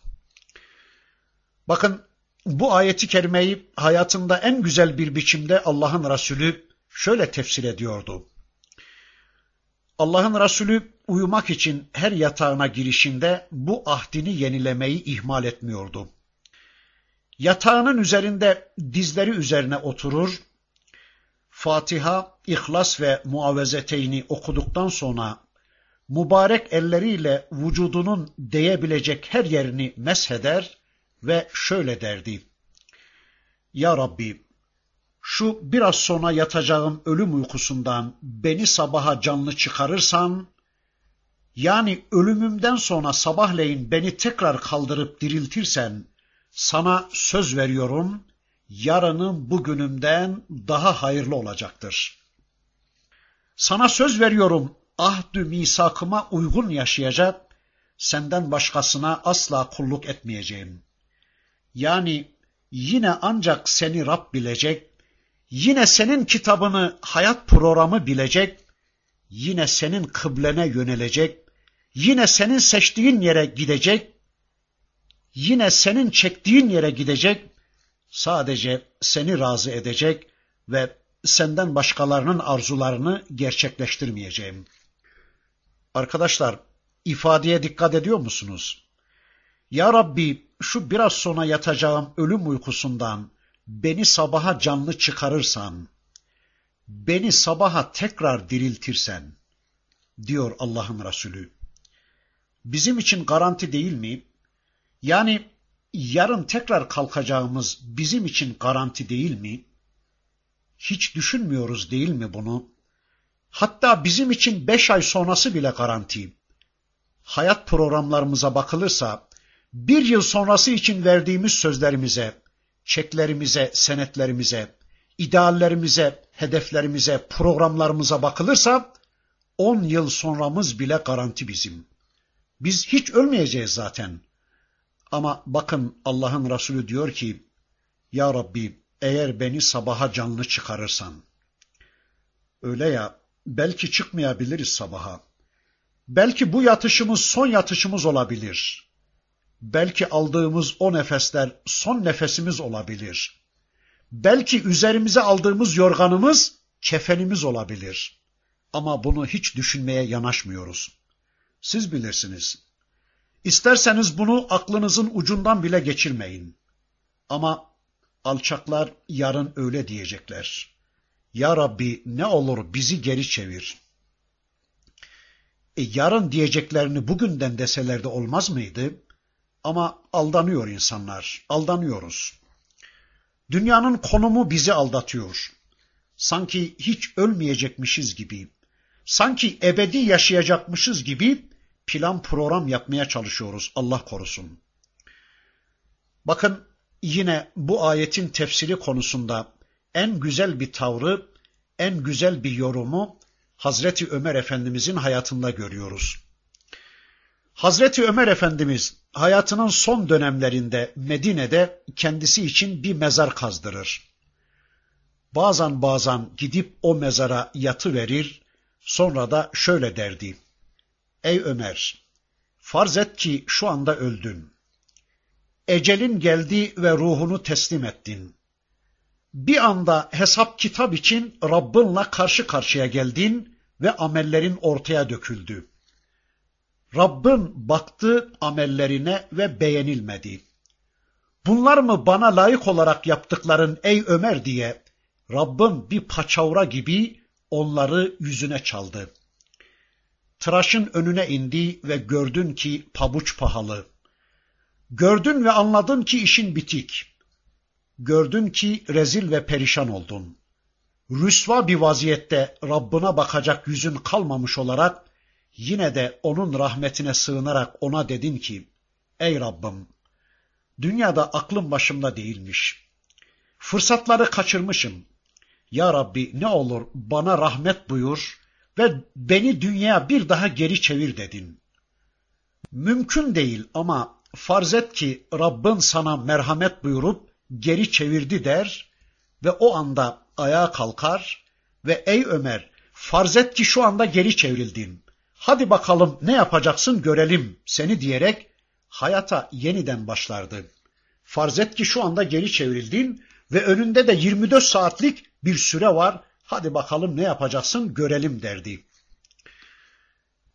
Bakın bu ayeti kerimeyi hayatında en güzel bir biçimde Allah'ın Resulü şöyle tefsir ediyordu. Allah'ın Resulü uyumak için her yatağına girişinde bu ahdini yenilemeyi ihmal etmiyordu. Yatağının üzerinde dizleri üzerine oturur, Fatiha, İhlas ve Muavvezeteyni okuduktan sonra mübarek elleriyle vücudunun değebilecek her yerini mesheder ve şöyle derdi: Ya Rabbi, şu biraz sonra yatacağım ölüm uykusundan beni sabaha canlı çıkarırsan, yani ölümümden sonra sabahleyin beni tekrar kaldırıp diriltirsen, sana söz veriyorum, yarının bugünümden daha hayırlı olacaktır. Sana söz veriyorum, ahdü misakıma uygun yaşayacak, senden başkasına asla kulluk etmeyeceğim. Yani yine ancak seni Rab bilecek, yine senin kitabını, hayat programı bilecek, yine senin kıblene yönelecek, yine senin seçtiğin yere gidecek, yine senin çektiğin yere gidecek, sadece seni razı edecek ve senden başkalarının arzularını gerçekleştirmeyeceğim. Arkadaşlar, ifadeye dikkat ediyor musunuz? Ya Rabbi, şu biraz sonra yatacağım ölüm uykusundan beni sabaha canlı çıkarırsan, beni sabaha tekrar diriltirsen, diyor Allah'ın Resulü. Bizim için garanti değil mi? Yani yarın tekrar kalkacağımız bizim için garanti değil mi? Hiç düşünmüyoruz değil mi bunu? Hatta bizim için beş ay sonrası bile garanti. Hayat programlarımıza bakılırsa, bir yıl sonrası için verdiğimiz sözlerimize, çeklerimize, senetlerimize, ideallerimize, hedeflerimize, programlarımıza bakılırsa, on yıl sonramız bile garanti bizim. Biz hiç ölmeyeceğiz zaten. Ama bakın Allah'ın Resulü diyor ki, Ya Rabbi, eğer beni sabaha canlı çıkarırsan, öyle ya, belki çıkmayabiliriz sabaha. Belki bu yatışımız son yatışımız olabilir. Belki aldığımız o nefesler son nefesimiz olabilir. Belki üzerimize aldığımız yorganımız kefenimiz olabilir. Ama bunu hiç düşünmeye yanaşmıyoruz. Siz bilirsiniz. İsterseniz bunu aklınızın ucundan bile geçirmeyin. Ama alçaklar yarın öyle diyecekler. Ya Rabbi, ne olur bizi geri çevir. E, yarın diyeceklerini bugünden deseler de olmaz mıydı? Ama aldanıyor insanlar, aldanıyoruz. Dünyanın konumu bizi aldatıyor. Sanki hiç ölmeyecekmişiz gibi, sanki ebedi yaşayacakmışız gibi plan program yapmaya çalışıyoruz, Allah korusun. Bakın yine bu ayetin tefsiri konusunda en güzel bir tavrı, en güzel bir yorumu Hazreti Ömer Efendimizin hayatında görüyoruz. Hazreti Ömer Efendimiz hayatının son dönemlerinde Medine'de kendisi için bir mezar kazdırır. Bazen bazen gidip o mezara yatıverir, sonra da şöyle derdi: Ey Ömer, farz et ki şu anda öldün. Ecelin geldi ve ruhunu teslim ettin. Bir anda hesap kitap için Rabbinle karşı karşıya geldin ve amellerin ortaya döküldü. Rabbin baktı amellerine ve beğenilmedi. Bunlar mı bana layık olarak yaptıkların ey Ömer diye Rabbin bir paçavra gibi onları yüzüne çaldı. Tıraşın önüne indi ve gördün ki pabuç pahalı. Gördün ve anladın ki işin bitik. Gördün ki rezil ve perişan oldun. Rüsva bir vaziyette Rabbine bakacak yüzün kalmamış olarak yine de onun rahmetine sığınarak ona dedin ki, ey Rabbim, dünyada aklım başımda değilmiş. Fırsatları kaçırmışım. Ya Rabbi, ne olur bana rahmet buyur ve beni dünyaya bir daha geri çevir dedin. Mümkün değil ama farz et ki Rabbin sana merhamet buyurup geri çevirdi der ve o anda ayağa kalkar ve ey Ömer, farz et ki şu anda geri çevrildin. Hadi bakalım ne yapacaksın görelim seni diyerek hayata yeniden başlardı. Farz et ki şu anda geri çevrildin ve önünde de yirmi dört saatlik bir süre var. Hadi bakalım ne yapacaksın görelim derdi.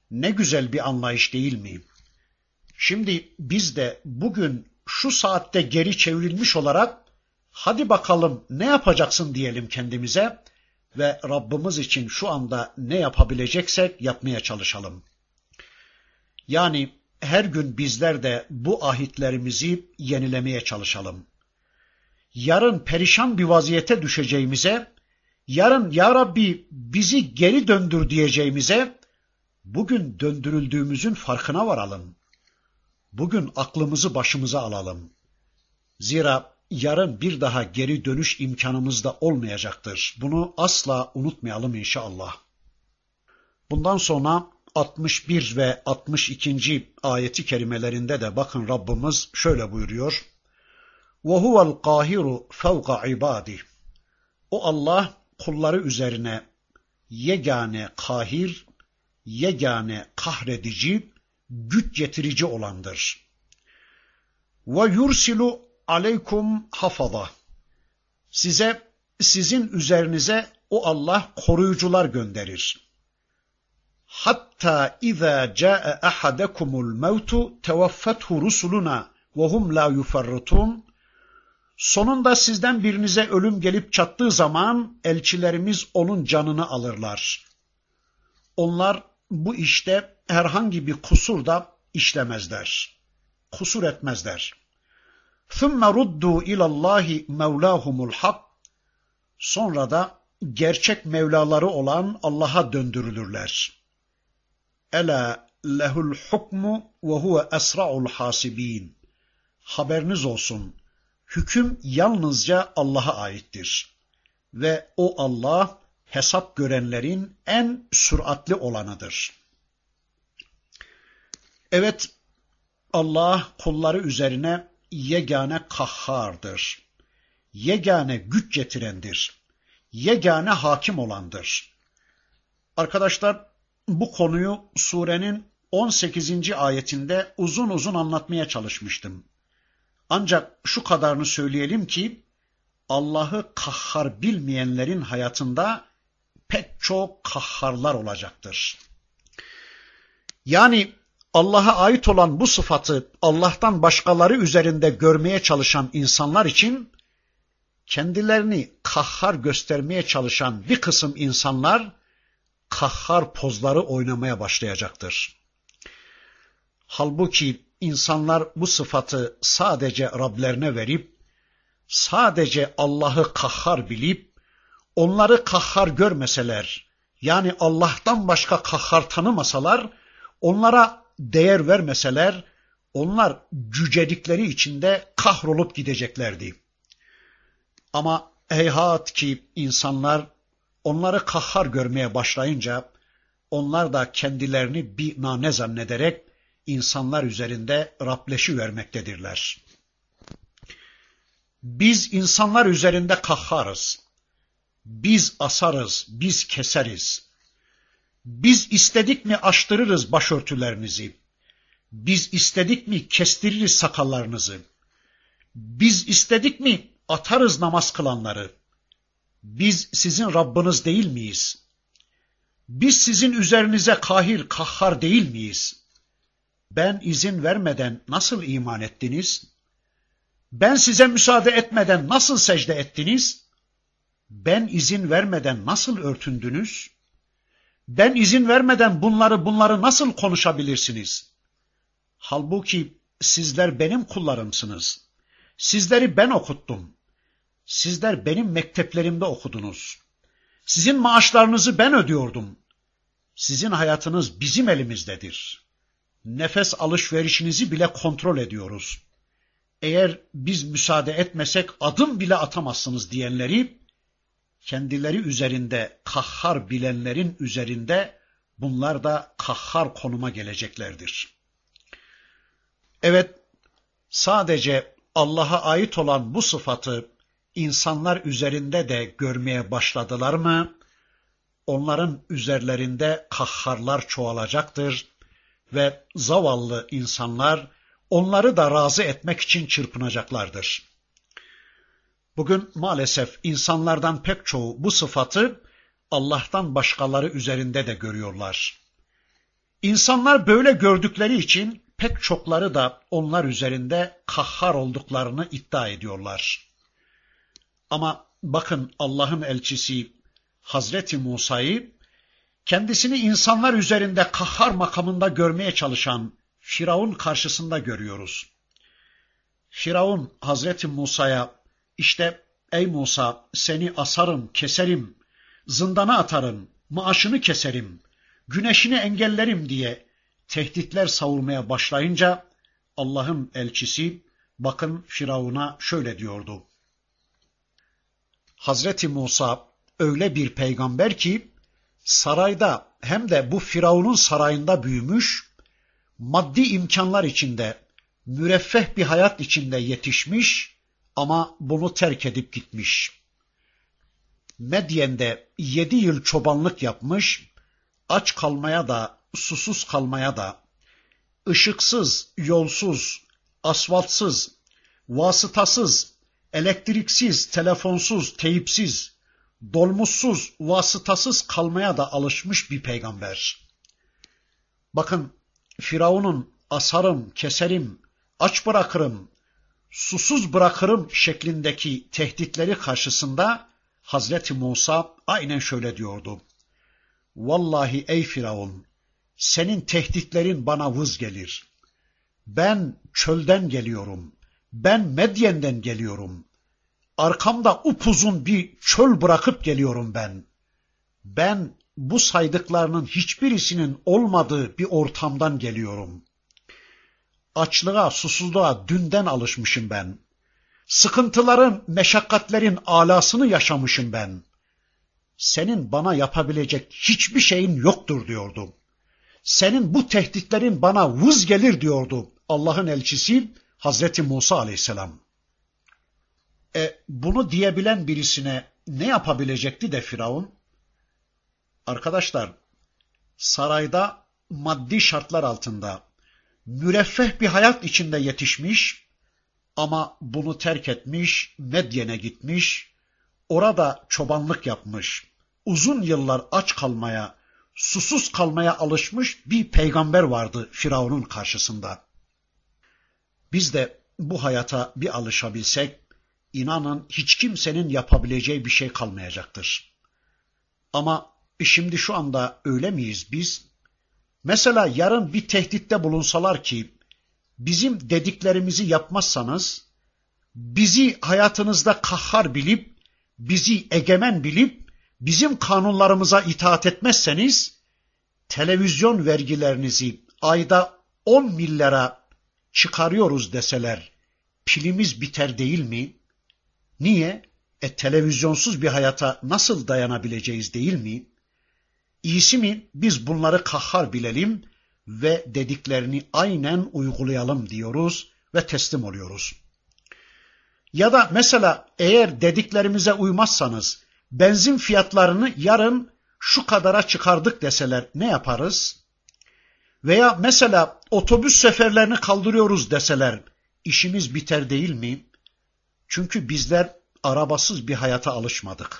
Ne güzel bir anlayış değil mi? Şimdi biz de bugün şu saatte geri çevrilmiş olarak hadi bakalım ne yapacaksın diyelim kendimize ve Rabbimiz için şu anda ne yapabileceksek yapmaya çalışalım. Yani her gün bizler de bu ahitlerimizi yenilemeye çalışalım. Yarın perişan bir vaziyete düşeceğimize, yarın ya Rabbi bizi geri döndür diyeceğimize, bugün döndürüldüğümüzün farkına varalım. Bugün aklımızı başımıza alalım. Zira yarın bir daha geri dönüş imkanımız da olmayacaktır. Bunu asla unutmayalım inşallah. Bundan sonra altmış bir ve altmış ikinci ayeti kerimelerinde de bakın Rabbimiz şöyle buyuruyor. وَهُوَ الْقَاهِرُ فَوْقَ عِبَادِهِ O Allah kulları üzerine yegane kahir, yegane kahredici, güç getirici olandır. وَيُرْسِلُ عَلَيْكُمْ حَفَظَهِ Size, sizin üzerinize o Allah koruyucular gönderir. Hatta iza caa ahadakumul mautu tevaffethu rusuluna ve hum la yufarritun. Sonunda sizden birinize ölüm gelip çattığı zaman elçilerimiz onun canını alırlar. Onlar bu işte herhangi bir kusur da işlemezler. Kusur etmezler. Thumma ruddu ilallahi mevlahumul hak. Sonra da gerçek mevlaları olan Allah'a döndürülürler. Ela lehul hukmu ve huve esra'ul hasibin. Haberiniz olsun, hüküm yalnızca Allah'a aittir. Ve o Allah hesap görenlerin en süratli olanıdır. Evet, Allah kulları üzerine yegane kahhardır. Yegane güç getirendir. Yegane hakim olandır. Arkadaşlar, bu konuyu surenin on sekizinci ayetinde uzun uzun anlatmaya çalışmıştım. Ancak şu kadarını söyleyelim ki Allah'ı kahhar bilmeyenlerin hayatında pek çok kahharlar olacaktır. Yani Allah'a ait olan bu sıfatı Allah'tan başkaları üzerinde görmeye çalışan insanlar için kendilerini kahhar göstermeye çalışan bir kısım insanlar kahhar pozları oynamaya başlayacaktır. Halbuki insanlar bu sıfatı sadece Rablerine verip, sadece Allah'ı kahhar bilip, onları kahhar görmeseler, yani Allah'tan başka kahhar tanımasalar, onlara değer vermeseler, onlar cücelikleri içinde kahrolup gideceklerdi. Ama heyhat ki insanlar onları kahhar görmeye başlayınca, onlar da kendilerini bir nane zannederek insanlar üzerinde Rableşi vermektedirler. Biz insanlar üzerinde kahharız. Biz asarız, biz keseriz. Biz istedik mi açtırırız başörtülerinizi. Biz istedik mi kestiririz sakallarınızı. Biz istedik mi atarız namaz kılanları. Biz sizin Rabbiniz değil miyiz? Biz sizin üzerinize kahir, kahhar değil miyiz? Ben izin vermeden nasıl iman ettiniz? Ben size müsaade etmeden nasıl secde ettiniz? Ben izin vermeden nasıl örtündünüz? Ben izin vermeden bunları bunları nasıl konuşabilirsiniz? Halbuki sizler benim kullarımsınız. Sizleri ben okuttum. Sizler benim mekteplerimde okudunuz. Sizin maaşlarınızı ben ödüyordum. Sizin hayatınız bizim elimizdedir. Nefes alışverişinizi bile kontrol ediyoruz. Eğer biz müsaade etmesek adım bile atamazsınız diyenleri, kendileri üzerinde kahhar bilenlerin üzerinde bunlar da kahhar konuma geleceklerdir. Evet, sadece Allah'a ait olan bu sıfatı insanlar üzerinde de görmeye başladılar mı, onların üzerlerinde kahharlar çoğalacaktır ve zavallı insanlar onları da razı etmek için çırpınacaklardır. Bugün maalesef insanlardan pek çoğu bu sıfatı Allah'tan başkaları üzerinde de görüyorlar. İnsanlar böyle gördükleri için pek çokları da onlar üzerinde kahhar olduklarını iddia ediyorlar. Ama bakın Allah'ın elçisi Hazreti Musa'yı kendisini insanlar üzerinde kahhar makamında görmeye çalışan Firavun karşısında görüyoruz. Firavun Hazreti Musa'ya işte ey Musa seni asarım, keserim, zindana atarım, maaşını keserim, güneşini engellerim diye tehditler savurmaya başlayınca Allah'ın elçisi bakın Firavun'a şöyle diyordu. Hazreti Musa öyle bir peygamber ki sarayda hem de bu Firavun'un sarayında büyümüş, maddi imkanlar içinde, müreffeh bir hayat içinde yetişmiş ama bunu terk edip gitmiş. Medyen'de yedi yıl çobanlık yapmış, aç kalmaya da, susuz kalmaya da, ışıksız, yolsuz, asfaltsız, vasıtasız, elektriksiz, telefonsuz, teyipsiz, dolmuşsuz, vasıtasız kalmaya da alışmış bir peygamber. Bakın Firavun'un asarım, keserim, aç bırakırım, susuz bırakırım şeklindeki tehditleri karşısında Hazreti Musa aynen şöyle diyordu. Vallahi ey Firavun, senin tehditlerin bana vız gelir. Ben çölden geliyorum, ben Medyen'den geliyorum. Arkamda upuzun bir çöl bırakıp geliyorum ben. Ben bu saydıklarının hiçbirisinin olmadığı bir ortamdan geliyorum. Açlığa, susuzluğa dünden alışmışım ben. Sıkıntıların, meşakkatlerin alasını yaşamışım ben. Senin bana yapabilecek hiçbir şeyin yoktur diyordu. Senin bu tehditlerin bana vız gelir diyordu Allah'ın elçisi Hazreti Musa aleyhisselam. E, bunu diyebilen birisine ne yapabilecekti de Firavun? Arkadaşlar, sarayda maddi şartlar altında müreffeh bir hayat içinde yetişmiş ama bunu terk etmiş, Medyen'e gitmiş, orada çobanlık yapmış, uzun yıllar aç kalmaya, susuz kalmaya alışmış bir peygamber vardı Firavun'un karşısında. Biz de bu hayata bir alışabilsek, İnanın hiç kimsenin yapabileceği bir şey kalmayacaktır. Ama şimdi şu anda öyle miyiz biz? Mesela yarın bir tehditte bulunsalar ki bizim dediklerimizi yapmazsanız, bizi hayatınızda kahhar bilip, bizi egemen bilip, bizim kanunlarımıza itaat etmezseniz, televizyon vergilerinizi ayda on milyara çıkarıyoruz deseler, pilimiz biter değil mi? Niye? E televizyonsuz bir hayata nasıl dayanabileceğiz değil mi? İyisi mi biz bunları kahhar bilelim ve dediklerini aynen uygulayalım diyoruz ve teslim oluyoruz. Ya da mesela eğer dediklerimize uymazsanız benzin fiyatlarını yarın şu kadara çıkardık deseler ne yaparız? Veya mesela otobüs seferlerini kaldırıyoruz deseler işimiz biter değil mi? Çünkü bizler arabasız bir hayata alışmadık.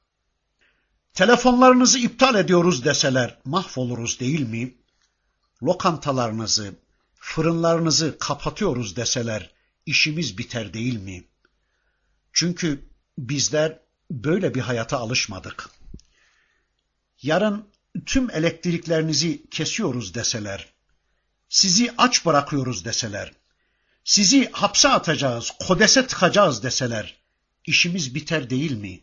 Telefonlarınızı iptal ediyoruz deseler mahvoluruz değil mi? Lokantalarınızı, fırınlarınızı kapatıyoruz deseler işimiz biter değil mi? Çünkü bizler böyle bir hayata alışmadık. Yarın tüm elektriklerinizi kesiyoruz deseler, sizi aç bırakıyoruz deseler, sizi hapse atacağız, kodese tıkacağız deseler, işimiz biter değil mi?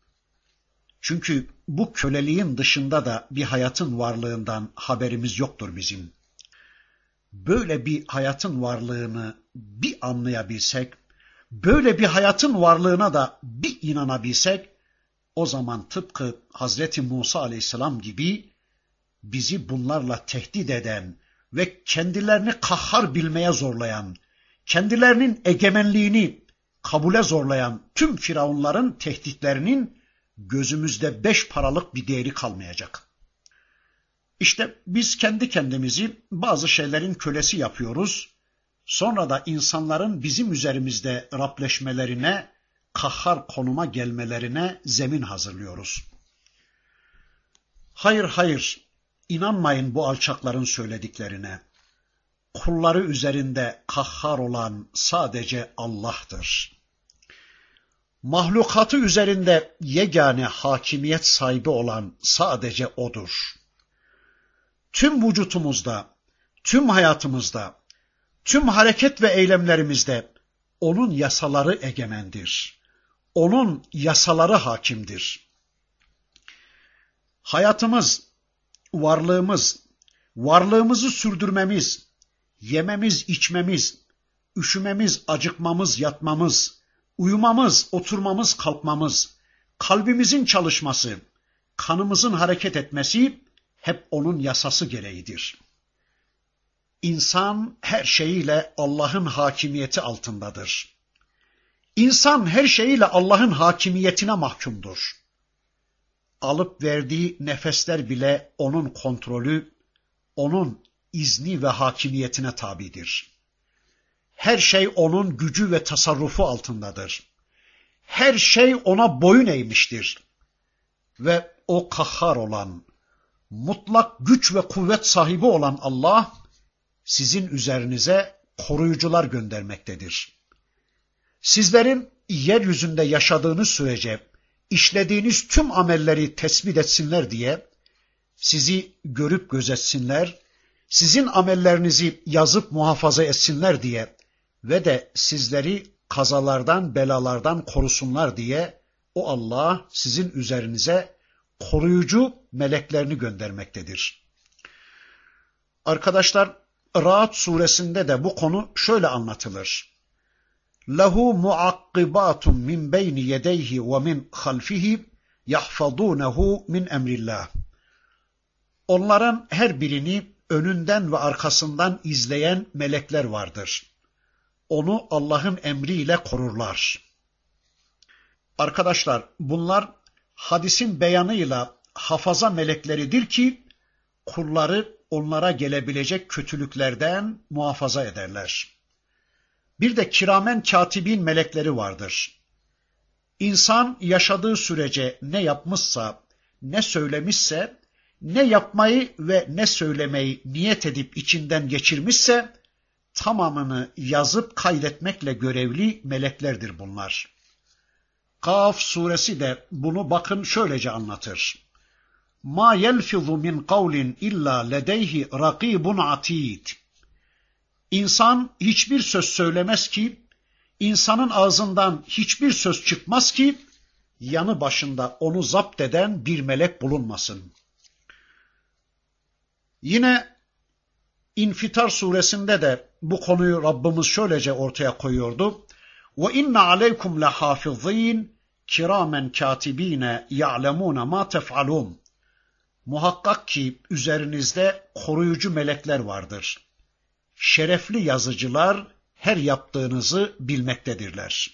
Çünkü bu köleliğin dışında da bir hayatın varlığından haberimiz yoktur bizim. Böyle bir hayatın varlığını bir anlayabilsek, böyle bir hayatın varlığına da bir inanabilsek, o zaman tıpkı Hazreti Musa aleyhisselam gibi bizi bunlarla tehdit eden ve kendilerini kahhar bilmeye zorlayan, kendilerinin egemenliğini kabule zorlayan tüm firavunların tehditlerinin gözümüzde beş paralık bir değeri kalmayacak. İşte biz kendi kendimizi bazı şeylerin kölesi yapıyoruz. Sonra da insanların bizim üzerimizde Rableşmelerine, kahhar konuma gelmelerine zemin hazırlıyoruz. Hayır hayır, İnanmayın bu alçakların söylediklerine. Kulları üzerinde kahhar olan sadece Allah'tır. Mahlukatı üzerinde yegane hakimiyet sahibi olan sadece O'dur. Tüm vücutumuzda, tüm hayatımızda, tüm hareket ve eylemlerimizde O'nun yasaları egemendir. O'nun yasaları hakimdir. Hayatımız, varlığımız, varlığımızı sürdürmemiz, yememiz, içmemiz, üşümemiz, acıkmamız, yatmamız, uyumamız, oturmamız, kalkmamız, kalbimizin çalışması, kanımızın hareket etmesi hep O'nun yasası gereğidir. İnsan her şeyiyle Allah'ın hakimiyeti altındadır. İnsan her şeyiyle Allah'ın hakimiyetine mahkumdur. Alıp verdiği nefesler bile O'nun kontrolü, O'nun izni ve hakimiyetine tabidir. Her şey O'nun gücü ve tasarrufu altındadır. Her şey O'na boyun eğmiştir. Ve O kahhar olan, mutlak güç ve kuvvet sahibi olan Allah, sizin üzerinize koruyucular göndermektedir. Sizlerin yeryüzünde yaşadığınız sürece işlediğiniz tüm amelleri tespit etsinler diye, sizi görüp gözetsinler, sizin amellerinizi yazıp muhafaza etsinler diye ve de sizleri kazalardan, belalardan korusunlar diye o Allah sizin üzerinize koruyucu meleklerini göndermektedir. Arkadaşlar, Ra'd suresinde de bu konu şöyle anlatılır. Lehu muakkibatun min beyni yedeyhi ve min halfihi yahfazunehu min emrillah. Onların her birini önünden ve arkasından izleyen melekler vardır. Onu Allah'ın emriyle korurlar. Arkadaşlar, bunlar hadisin beyanıyla hafaza melekleridir ki kulları onlara gelebilecek kötülüklerden muhafaza ederler. Bir de kiramen katibin melekleri vardır. İnsan yaşadığı sürece ne yapmışsa, ne söylemişse, ne yapmayı ve ne söylemeyi niyet edip içinden geçirmişse, tamamını yazıp kaydetmekle görevli meleklerdir bunlar. Kaf suresi de bunu bakın şöylece anlatır. Ma yelfizu min kavlin illa ledeyhi rakibun atid. İnsan hiçbir söz söylemez ki, insanın ağzından hiçbir söz çıkmaz ki, yanı başında onu zapt eden bir melek bulunmasın. Yine İnfitar suresinde de bu konuyu Rabbimiz şöylece ortaya koyuyordu. Ve inne aleykum lehafizin kiramen katibine ya'lemune ma tef'alun. Muhakkak ki üzerinizde koruyucu melekler vardır. Şerefli yazıcılar her yaptığınızı bilmektedirler.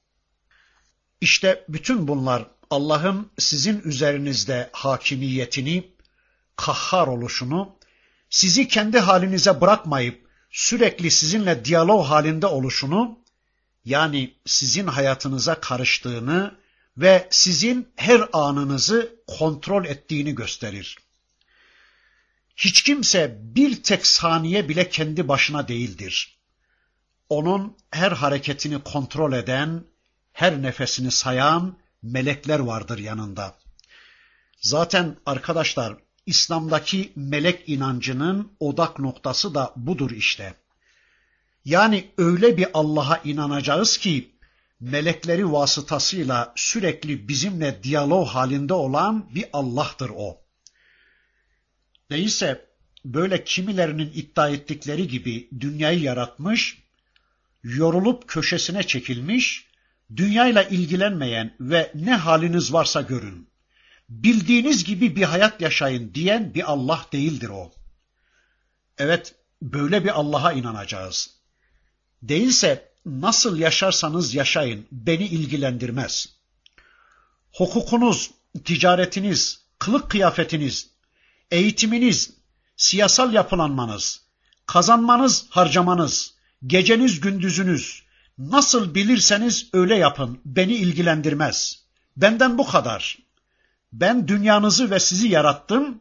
İşte bütün bunlar Allah'ın sizin üzerinizde hakimiyetini, kahhar oluşunu, sizi kendi halinize bırakmayıp sürekli sizinle diyalog halinde oluşunu, yani sizin hayatınıza karıştığını ve sizin her anınızı kontrol ettiğini gösterir. Hiç kimse bir tek saniye bile kendi başına değildir. Onun her hareketini kontrol eden, her nefesini sayan melekler vardır yanında. Zaten arkadaşlar, İslam'daki melek inancının odak noktası da budur işte. Yani öyle bir Allah'a inanacağız ki, melekleri vasıtasıyla sürekli bizimle diyalog halinde olan bir Allah'tır o. Neyse, böyle kimilerinin iddia ettikleri gibi dünyayı yaratmış, yorulup köşesine çekilmiş, dünyayla ilgilenmeyen ve ne haliniz varsa görün, bildiğiniz gibi bir hayat yaşayın diyen bir Allah değildir o. Evet, böyle bir Allah'a inanacağız. Değilse nasıl yaşarsanız yaşayın, beni ilgilendirmez. Hukukunuz, ticaretiniz, kılık kıyafetiniz, eğitiminiz, siyasal yapılanmanız, kazanmanız, harcamanız, geceniz, gündüzünüz, nasıl bilirseniz öyle yapın, beni ilgilendirmez. Benden bu kadar. Ben dünyanızı ve sizi yarattım,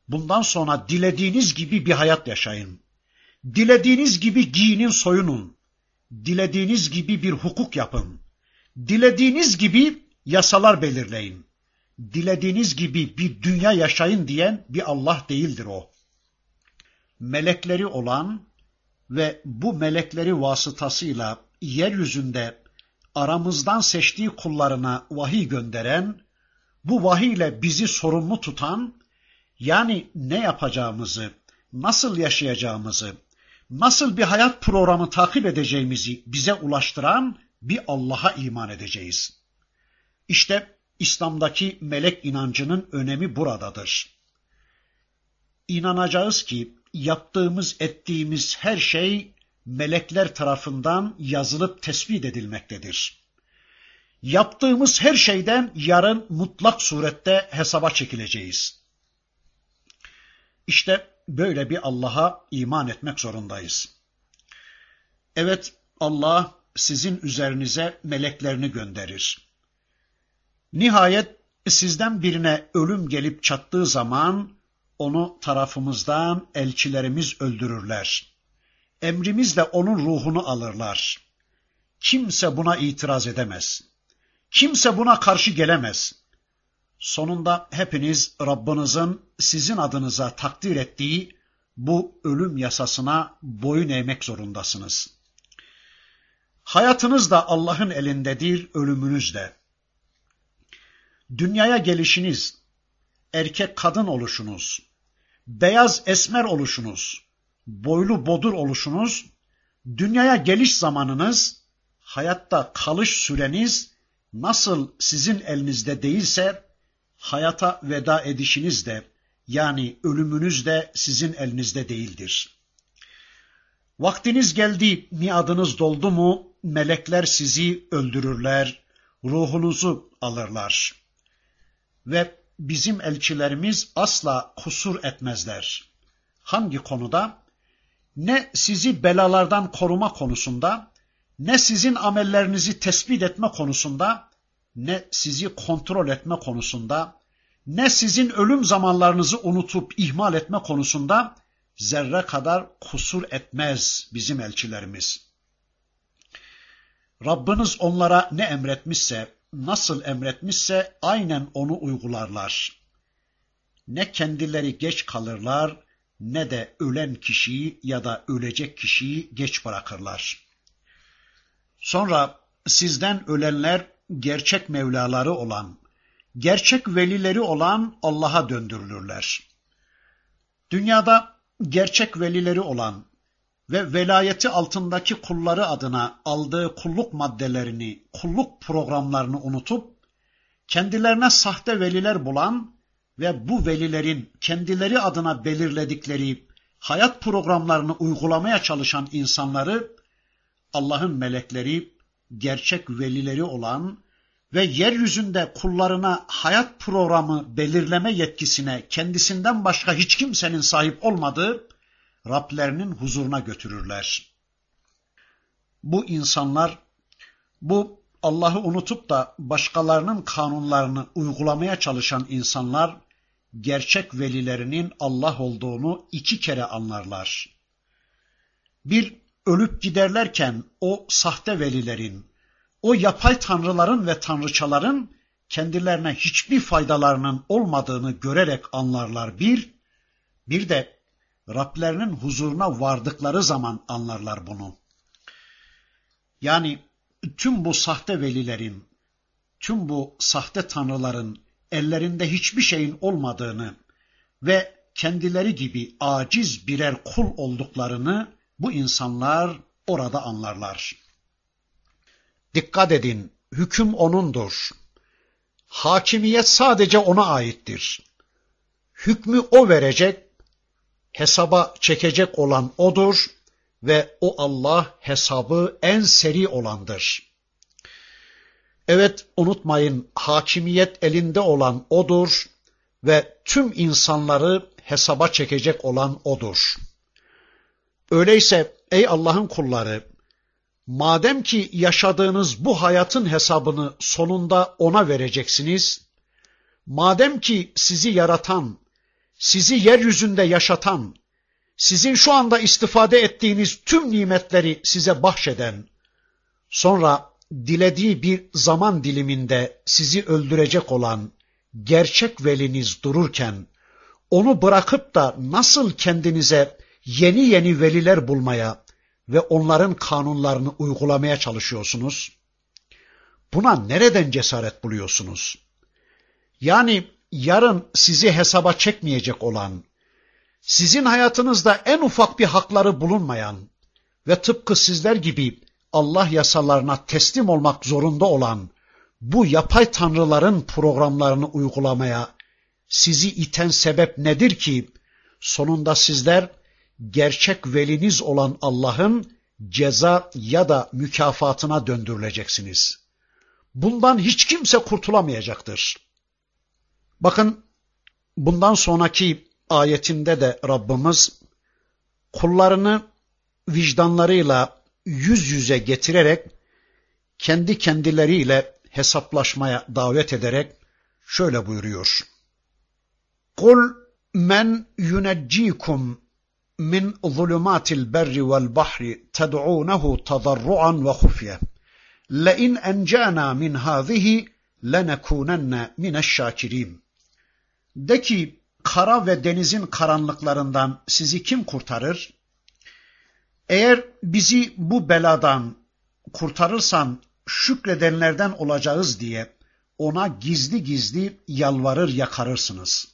Bundan sonra dilediğiniz gibi bir hayat yaşayın. Dilediğiniz gibi giyinin soyunun. Dilediğiniz gibi bir hukuk yapın. Dilediğiniz gibi yasalar belirleyin. Dilediğiniz gibi bir dünya yaşayın diyen bir Allah değildir o. Melekleri olan ve bu melekleri vasıtasıyla yeryüzünde aramızdan seçtiği kullarına vahiy gönderen, bu vahiyle bizi sorumlu tutan, yani ne yapacağımızı, nasıl yaşayacağımızı, nasıl bir hayat programı takip edeceğimizi bize ulaştıran bir Allah'a iman edeceğiz. İşte İslam'daki melek inancının önemi buradadır. İnanacağız ki yaptığımız, ettiğimiz her şey melekler tarafından yazılıp tespit edilmektedir. Yaptığımız her şeyden yarın mutlak surette hesaba çekileceğiz. İşte böyle bir Allah'a iman etmek zorundayız. Evet, Allah sizin üzerinize meleklerini gönderir. Nihayet sizden birine ölüm gelip çattığı zaman onu tarafımızdan elçilerimiz öldürürler. Emrimizle onun ruhunu alırlar. Kimse buna itiraz edemez. Kimse buna karşı gelemez. Sonunda hepiniz Rabbinizin sizin adınıza takdir ettiği bu ölüm yasasına boyun eğmek zorundasınız. Hayatınız da Allah'ın elindedir, ölümünüz de. Dünyaya gelişiniz, erkek kadın oluşunuz, beyaz esmer oluşunuz, boylu bodur oluşunuz, dünyaya geliş zamanınız, hayatta kalış süreniz nasıl sizin elinizde değilse, hayata veda edişiniz de, yani ölümünüz de sizin elinizde değildir. Vaktiniz geldi, miadınız doldu mu, melekler sizi öldürürler, ruhunuzu alırlar. Ve bizim elçilerimiz asla kusur etmezler. Hangi konuda? Ne sizi belalardan koruma konusunda, ne sizin amellerinizi tespit etme konusunda, ne sizi kontrol etme konusunda, ne sizin ölüm zamanlarınızı unutup ihmal etme konusunda zerre kadar kusur etmez bizim elçilerimiz. Rabbiniz onlara ne emretmişse, nasıl emretmişse aynen onu uygularlar. Ne kendileri geç kalırlar, ne de ölen kişiyi ya da ölecek kişiyi geç bırakırlar. Sonra sizden ölenler gerçek Mevlaları olan, gerçek velileri olan Allah'a döndürülürler. Dünyada gerçek velileri olan ve velayeti altındaki kulları adına aldığı kulluk maddelerini, kulluk programlarını unutup, kendilerine sahte veliler bulan ve bu velilerin kendileri adına belirledikleri hayat programlarını uygulamaya çalışan insanları, Allah'ın melekleri, gerçek velileri olan ve yeryüzünde kullarına hayat programı belirleme yetkisine kendisinden başka hiç kimsenin sahip olmadığı Rablerinin huzuruna götürürler. Bu insanlar, bu Allah'ı unutup da başkalarının kanunlarını uygulamaya çalışan insanlar, gerçek velilerinin Allah olduğunu iki kere anlarlar. Bir, ölüp giderlerken o sahte velilerin, o yapay tanrıların ve tanrıçaların kendilerine hiçbir faydalarının olmadığını görerek anlarlar bir, bir de Rablerinin huzuruna vardıkları zaman anlarlar bunu. Yani tüm bu sahte velilerin, tüm bu sahte tanrıların ellerinde hiçbir şeyin olmadığını ve kendileri gibi aciz birer kul olduklarını bu insanlar orada anlarlar. Dikkat edin, hüküm O'nundur. Hakimiyet sadece O'na aittir. Hükmü O verecek, hesaba çekecek olan O'dur ve o Allah hesabı en seri olandır. Evet, unutmayın, hakimiyet elinde olan O'dur ve tüm insanları hesaba çekecek olan O'dur. Öyleyse ey Allah'ın kulları, madem ki yaşadığınız bu hayatın hesabını sonunda O'na vereceksiniz, madem ki sizi yaratan, sizi yeryüzünde yaşatan, sizin şu anda istifade ettiğiniz tüm nimetleri size bahşeden, sonra dilediği bir zaman diliminde sizi öldürecek olan gerçek veliniz dururken, onu bırakıp da nasıl kendinize yeni yeni veliler bulmaya ve onların kanunlarını uygulamaya çalışıyorsunuz? Buna nereden cesaret buluyorsunuz? Yani yarın sizi hesaba çekmeyecek olan, sizin hayatınızda en ufak bir hakları bulunmayan ve tıpkı sizler gibi Allah yasalarına teslim olmak zorunda olan bu yapay tanrıların programlarını uygulamaya sizi iten sebep nedir ki sonunda sizler gerçek veliniz olan Allah'ın ceza ya da mükafatına döndürüleceksiniz. Bundan hiç kimse kurtulamayacaktır. Bakın bundan sonraki ayetinde de Rabbimiz kullarını vicdanlarıyla yüz yüze getirerek kendi kendileriyle hesaplaşmaya davet ederek şöyle buyuruyor. Kul men yuneccikum min zulumatil berri vel bahri ted'unehu tadarruan ve hufye le in encana min hazihi lenekunenne mineşşakirin. De ki kara ve denizin karanlıklarından sizi kim kurtarır? Eğer bizi bu beladan kurtarırsan şükredenlerden olacağız diye ona gizli gizli yalvarır yakarırsınız.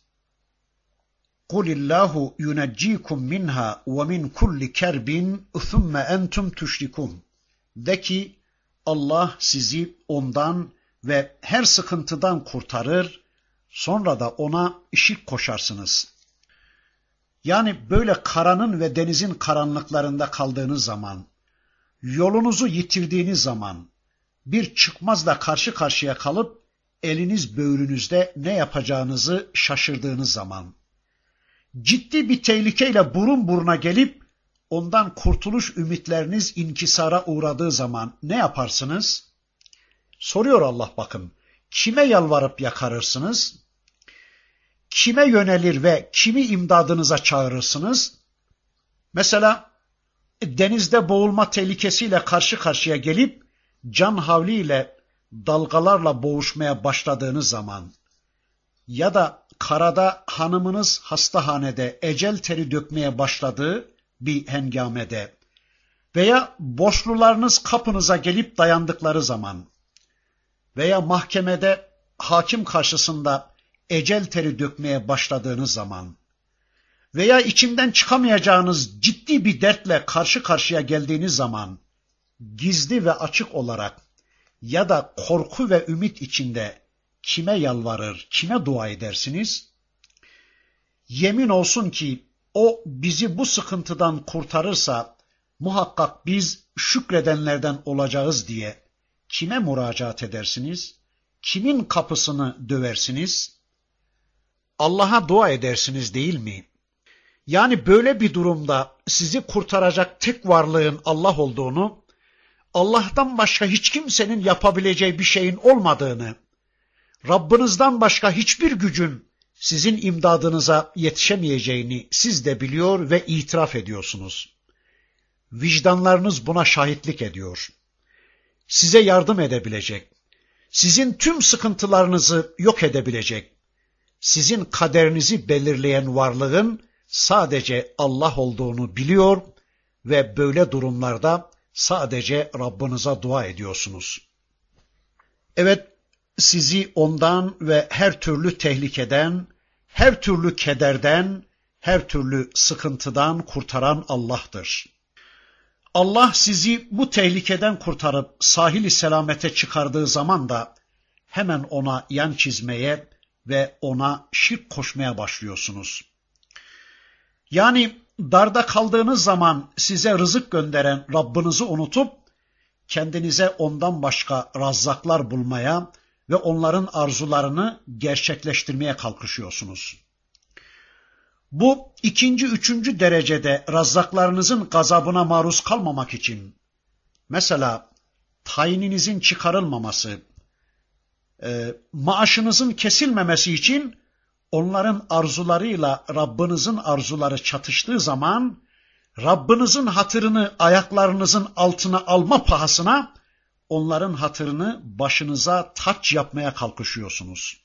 Kulillahu yuneccikum minha ve min kulli kerbin thumme entum tüşrikun. De ki Allah sizi ondan ve her sıkıntıdan kurtarır, sonra da ona şirk koşarsınız. Yani böyle karanın ve denizin karanlıklarında kaldığınız zaman, yolunuzu yitirdiğiniz zaman, bir çıkmazla karşı karşıya kalıp eliniz böğrünüzde ne yapacağınızı şaşırdığınız zaman, ciddi bir tehlikeyle burun buruna gelip ondan kurtuluş ümitleriniz inkisara uğradığı zaman ne yaparsınız? Soruyor Allah bakın. Kime yalvarıp yakarırsınız? Kime yönelir ve kimi imdadınıza çağırırsınız? Mesela denizde boğulma tehlikesiyle karşı karşıya gelip can havliyle dalgalarla boğuşmaya başladığınız zaman ya da karada hanımınız hastahanede ecel teri dökmeye başladığı bir hengamede veya borçlularınız kapınıza gelip dayandıkları zaman veya mahkemede hakim karşısında ecel teri dökmeye başladığınız zaman veya içinden çıkamayacağınız ciddi bir dertle karşı karşıya geldiğiniz zaman gizli ve açık olarak ya da korku ve ümit içinde kime yalvarır, kime dua edersiniz? Yemin olsun ki o bizi bu sıkıntıdan kurtarırsa muhakkak biz şükredenlerden olacağız diye kime müracaat edersiniz? Kimin kapısını döversiniz? Allah'a dua edersiniz değil mi? Yani böyle bir durumda sizi kurtaracak tek varlığın Allah olduğunu, Allah'tan başka hiç kimsenin yapabileceği bir şeyin olmadığını, Rabbinizden başka hiçbir gücün sizin imdadınıza yetişemeyeceğini siz de biliyor ve itiraf ediyorsunuz. Vicdanlarınız buna şahitlik ediyor. Size yardım edebilecek, sizin tüm sıkıntılarınızı yok edebilecek, sizin kaderinizi belirleyen varlığın sadece Allah olduğunu biliyor ve böyle durumlarda sadece Rabbinize dua ediyorsunuz. Evet, sizi ondan ve her türlü tehlikeden, her türlü kederden, her türlü sıkıntıdan kurtaran Allah'tır. Allah sizi bu tehlikeden kurtarıp sahil-i selamete çıkardığı zaman da hemen ona yan çizmeye ve ona şirk koşmaya başlıyorsunuz. Yani darda kaldığınız zaman size rızık gönderen Rabbinizi unutup kendinize ondan başka razzaklar bulmaya ve onların arzularını gerçekleştirmeye kalkışıyorsunuz. Bu ikinci, üçüncü derecede razzaklarınızın gazabına maruz kalmamak için, mesela tayininizin çıkarılmaması, e, maaşınızın kesilmemesi için onların arzularıyla Rabbinizin arzuları çatıştığı zaman, Rabbinizin hatırını ayaklarınızın altına alma pahasına, onların hatırını başınıza taç yapmaya kalkışıyorsunuz.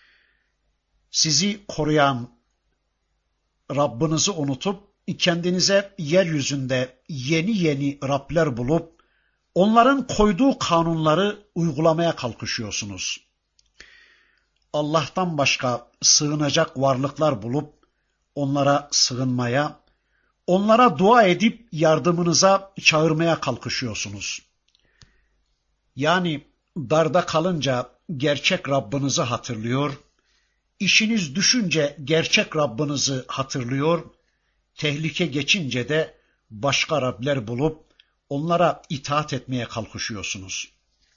Sizi koruyan Rabbinizi unutup, kendinize yeryüzünde yeni yeni Rabler bulup, onların koyduğu kanunları uygulamaya kalkışıyorsunuz. Allah'tan başka sığınacak varlıklar bulup, onlara sığınmaya, onlara dua edip yardımınıza çağırmaya kalkışıyorsunuz. Yani darda kalınca gerçek Rabbinizi hatırlıyor, işiniz düşünce gerçek Rabbinizi hatırlıyor, tehlike geçince de başka Rabler bulup onlara itaat etmeye kalkışıyorsunuz.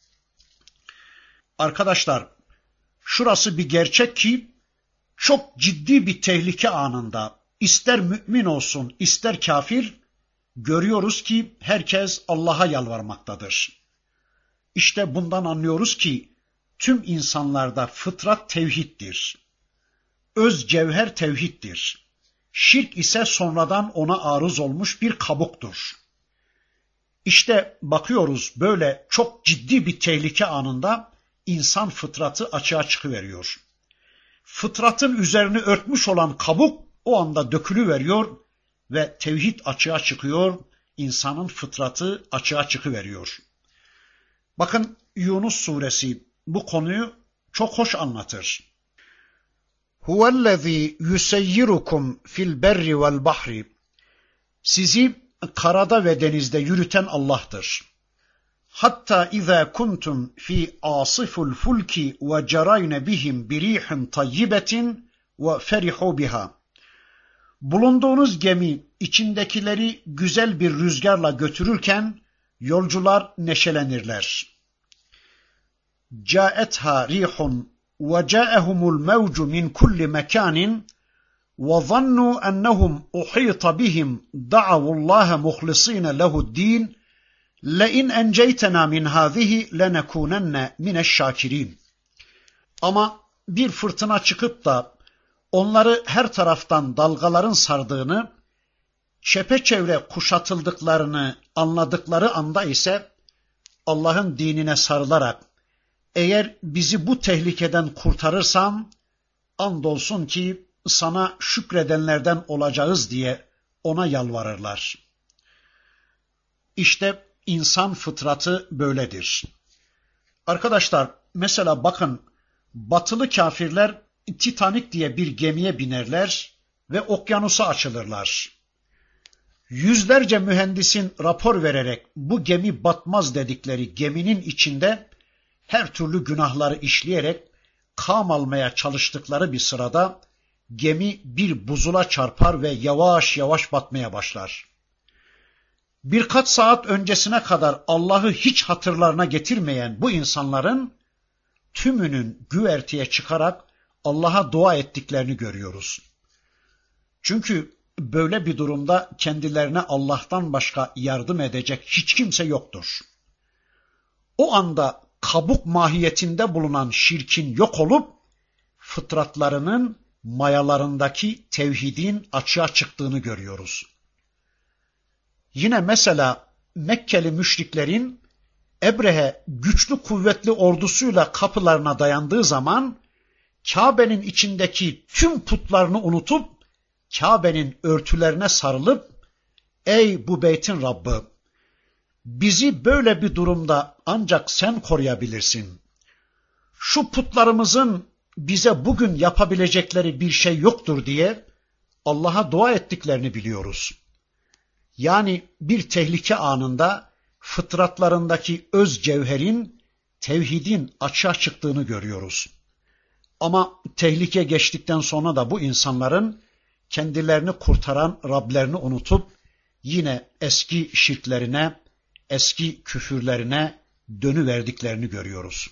Arkadaşlar, şurası bir gerçek ki çok ciddi bir tehlike anında ister mümin olsun ister kafir görüyoruz ki herkes Allah'a yalvarmaktadır. İşte bundan anlıyoruz ki tüm insanlarda fıtrat tevhiddir. Öz cevher tevhiddir. Şirk ise sonradan ona arız olmuş bir kabuktur. İşte bakıyoruz böyle çok ciddi bir tehlike anında insan fıtratı açığa çıkıveriyor. Fıtratın üzerini örtmüş olan kabuk o anda dökülüveriyor ve tevhid açığa çıkıyor, insanın fıtratı açığa çıkıveriyor. Bakın Yunus suresi bu konuyu çok hoş anlatır. Huvellezî yuseyyirukum fil berri vel bahri. Sizi karada ve denizde yürüten Allah'tır. Hatta izâ kuntum fi asiful fulki ve cerayne bihim birihin tayyibetin ve ferihû biha. Bulunduğunuz gemi içindekileri güzel bir rüzgarla götürürken yolcular neşelenirler. Câetha rihun ve câehumul mevcu min kulli mekânin ve zannû ennehum uhîta bihim da'avullâhe muhlisîne lehu'd-dîn le'in enceytena min hâzihi lenekûnenne mineşşâkirîn. Ama bir fırtına çıkıp da onları her taraftan dalgaların sardığını, çepeçevre kuşatıldıklarını anladıkları anda ise Allah'ın dinine sarılarak eğer bizi bu tehlikeden kurtarırsan andolsun ki sana şükredenlerden olacağız diye ona yalvarırlar. İşte insan fıtratı böyledir. Arkadaşlar mesela bakın batılı kafirler Titanic diye bir gemiye binerler ve okyanusa açılırlar. Yüzlerce mühendisin rapor vererek bu gemi batmaz dedikleri geminin içinde her türlü günahları işleyerek kam almaya çalıştıkları bir sırada gemi bir buzula çarpar ve yavaş yavaş batmaya başlar. Birkaç saat öncesine kadar Allah'ı hiç hatırlarına getirmeyen bu insanların tümünün güverteye çıkarak Allah'a dua ettiklerini görüyoruz. Çünkü böyle bir durumda kendilerine Allah'tan başka yardım edecek hiç kimse yoktur. O anda kabuk mahiyetinde bulunan şirkin yok olup fıtratlarının mayalarındaki tevhidin açığa çıktığını görüyoruz. Yine mesela Mekkeli müşriklerin Ebrehe güçlü kuvvetli ordusuyla kapılarına dayandığı zaman Kabe'nin içindeki tüm putlarını unutup Kabe'nin örtülerine sarılıp ey bu beytin Rabbi, bizi böyle bir durumda ancak sen koruyabilirsin. Şu putlarımızın bize bugün yapabilecekleri bir şey yoktur diye Allah'a dua ettiklerini biliyoruz. Yani bir tehlike anında fıtratlarındaki öz cevherin, tevhidin açığa çıktığını görüyoruz. Ama tehlike geçtikten sonra da bu insanların kendilerini kurtaran Rablerini unutup yine eski şirklerine, eski küfürlerine dönüverdiklerini görüyoruz.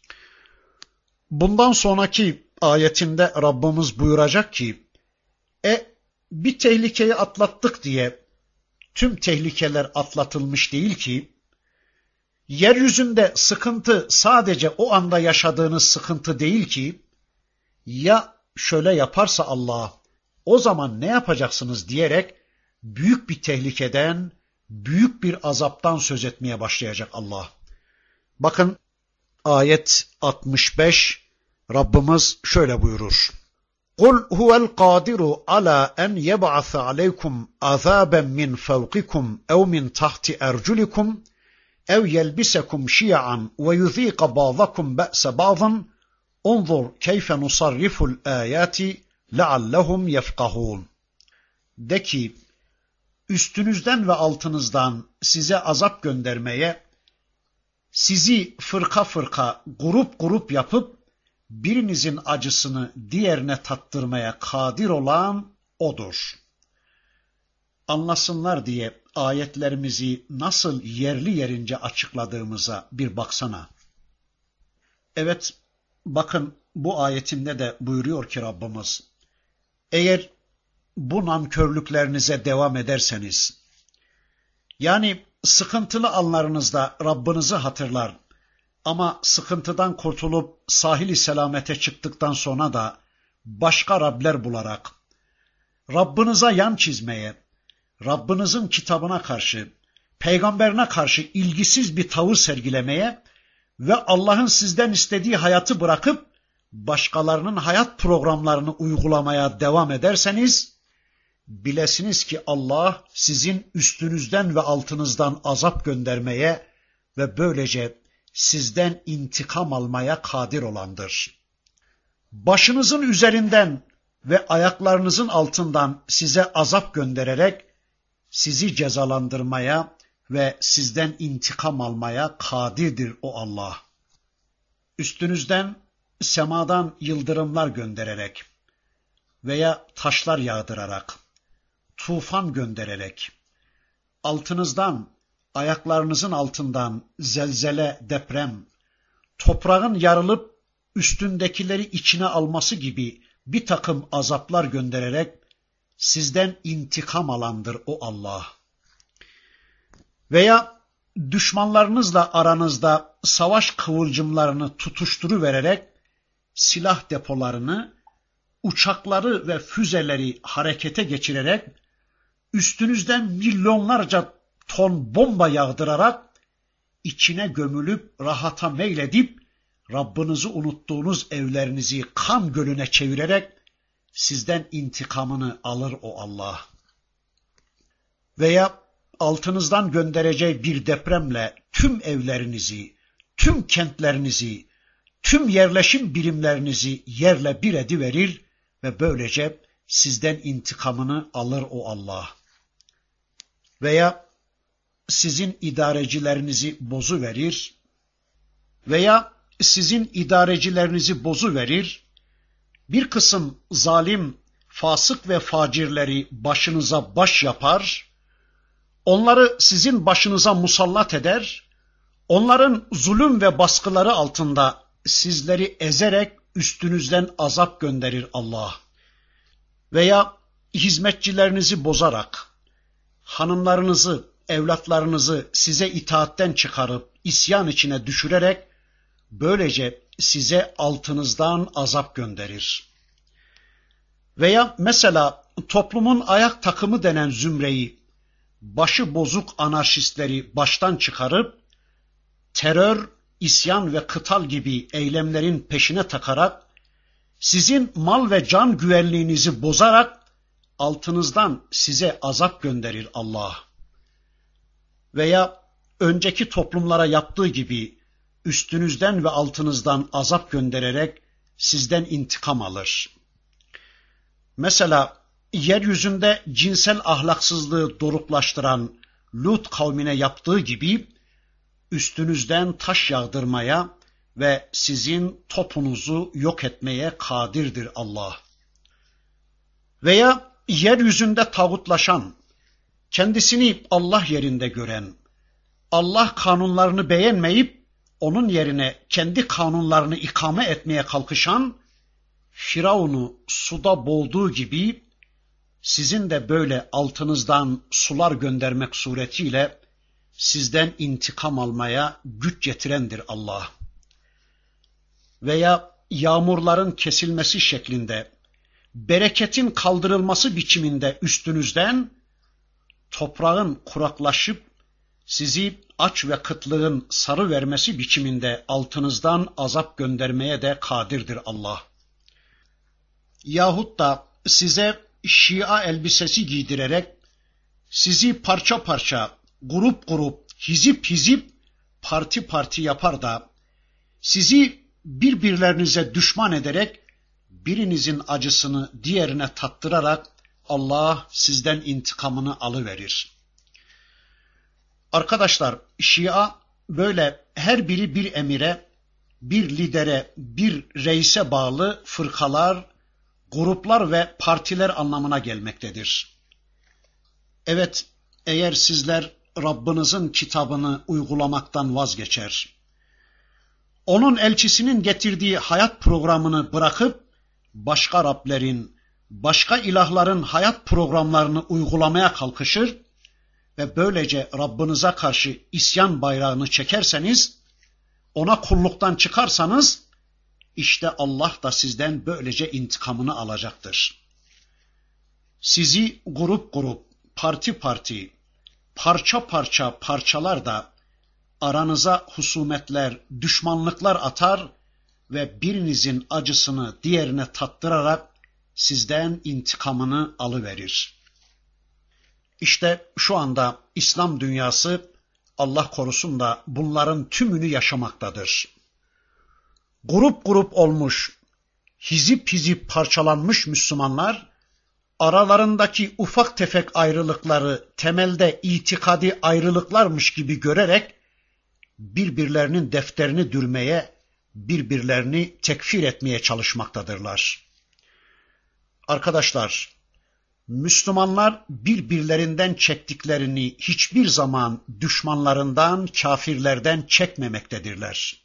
Bundan sonraki ayetinde Rabbimiz buyuracak ki, e bir tehlikeyi atlattık diye tüm tehlikeler atlatılmış değil ki, yeryüzünde sıkıntı sadece o anda yaşadığınız sıkıntı değil ki, ya şöyle yaparsa Allah, o zaman ne yapacaksınız diyerek büyük bir tehlikeden, büyük bir azaptan söz etmeye başlayacak Allah. Bakın ayet altmış beş, Rabbimiz şöyle buyurur. قُلْ هُوَ الْقَادِرُ عَلَى أَنْ يَبْعَثَ عَلَيْكُمْ عَذَابًا مِّنْ فَوْقِكُمْ أَوْ مِنْ تَحْتِ أَرْجُلِكُمْ أَوْ يَلْبِسَكُمْ شِيَعًا وَيُذِيقَ بَعْضَكُمْ بَأْسَ بَعْضٍ انظُرْ كَيْفَ نُصَرِّفُ الْآيَاتِ لَعَلَّهُمْ يَفْقَهُونَ. De ki, üstünüzden ve altınızdan size azap göndermeye, sizi fırka fırka, grup grup yapıp, birinizin acısını diğerine tattırmaya kadir olan O'dur. Anlasınlar diye ayetlerimizi nasıl yerli yerince açıkladığımıza bir baksana. Evet, bakın bu ayetinde de buyuruyor ki Rabbimiz, eğer bu nankörlüklerinize devam ederseniz, yani sıkıntılı anlarınızda Rabbinizi hatırlar, ama sıkıntıdan kurtulup sahil-i selamete çıktıktan sonra da başka Rabler bularak, Rabbinize yan çizmeye, Rabbinizin kitabına karşı, peygamberine karşı ilgisiz bir tavır sergilemeye ve Allah'ın sizden istediği hayatı bırakıp başkalarının hayat programlarını uygulamaya devam ederseniz, bilesiniz ki Allah sizin üstünüzden ve altınızdan azap göndermeye ve böylece sizden intikam almaya kadir olandır. Başınızın üzerinden ve ayaklarınızın altından size azap göndererek sizi cezalandırmaya ve sizden intikam almaya kadirdir o Allah. Üstünüzden semadan yıldırımlar göndererek veya taşlar yağdırarak, tufan göndererek, altınızdan, ayaklarınızın altından zelzele, deprem, toprağın yarılıp üstündekileri içine alması gibi bir takım azaplar göndererek sizden intikam alandır o Allah. Veya düşmanlarınızla aranızda savaş kıvılcımlarını tutuşturuvererek silah depolarını, uçakları ve füzeleri harekete geçirerek üstünüzden milyonlarca ton bomba yağdırarak içine gömülüp rahata meyledip Rabbinizi unuttuğunuz evlerinizi kan gölüne çevirerek sizden intikamını alır o Allah. Veya altınızdan göndereceği bir depremle tüm evlerinizi, tüm kentlerinizi, tüm yerleşim birimlerinizi yerle bir ediverir ve böylece sizden intikamını alır o Allah. Veya sizin idarecilerinizi bozuverir veya sizin idarecilerinizi bozuverir, bir kısım zalim, fasık ve facirleri başınıza baş yapar, onları sizin başınıza musallat eder, onların zulüm ve baskıları altında sizleri ezerek üstünüzden azap gönderir Allah. Veya hizmetçilerinizi bozarak, hanımlarınızı, evlatlarınızı size itaatten çıkarıp isyan içine düşürerek böylece size altınızdan azap gönderir. Veya mesela toplumun ayak takımı denen zümreyi, başı bozuk anarşistleri baştan çıkarıp terör, isyan ve kıtal gibi eylemlerin peşine takarak sizin mal ve can güvenliğinizi bozarak altınızdan size azap gönderir Allah. Veya önceki toplumlara yaptığı gibi üstünüzden ve altınızdan azap göndererek sizden intikam alır. Mesela yeryüzünde cinsel ahlaksızlığı doruklaştıran Lut kavmine yaptığı gibi üstünüzden taş yağdırmaya ve sizin topunuzu yok etmeye kadirdir Allah. Veya yeryüzünde tağutlaşan, kendisini Allah yerinde gören, Allah kanunlarını beğenmeyip onun yerine kendi kanunlarını ikame etmeye kalkışan, Firavun'u suda boğduğu gibi sizin de böyle altınızdan sular göndermek suretiyle sizden intikam almaya güç getirendir Allah. Veya yağmurların kesilmesi şeklinde bereketin kaldırılması biçiminde üstünüzden, toprağın kuraklaşıp sizi aç ve kıtlığın sarı vermesi biçiminde altınızdan azap göndermeye de kadirdir Allah. Yahut da size Şia elbisesi giydirerek sizi parça parça, grup grup, hizip hizip, parti parti yapar da sizi birbirlerinize düşman ederek birinizin acısını diğerine tattırarak Allah sizden intikamını alıverir. Arkadaşlar, Şia böyle her biri bir emire, bir lidere, bir reise bağlı fırkalar, gruplar ve partiler anlamına gelmektedir. Evet, eğer sizler Rabbinizin kitabını uygulamaktan vazgeçer, onun elçisinin getirdiği hayat programını bırakıp başka Rablerin, başka ilahların hayat programlarını uygulamaya kalkışır ve böylece Rabbinize karşı isyan bayrağını çekerseniz, ona kulluktan çıkarsanız, işte Allah da sizden böylece intikamını alacaktır. Sizi grup grup, parti parti, parça parça parçalar da aranıza husumetler, düşmanlıklar atar ve birinizin acısını diğerine tattırarak sizden intikamını alıverir. İşte şu anda İslam dünyası, Allah korusun da bunların tümünü yaşamaktadır. Grup grup olmuş, hizip hizip parçalanmış Müslümanlar, aralarındaki ufak tefek ayrılıkları temelde itikadi ayrılıklarmış gibi görerek, birbirlerinin defterini dürmeye, birbirlerini tekfir etmeye çalışmaktadırlar. Arkadaşlar, Müslümanlar birbirlerinden çektiklerini hiçbir zaman düşmanlarından, kafirlerden çekmemektedirler.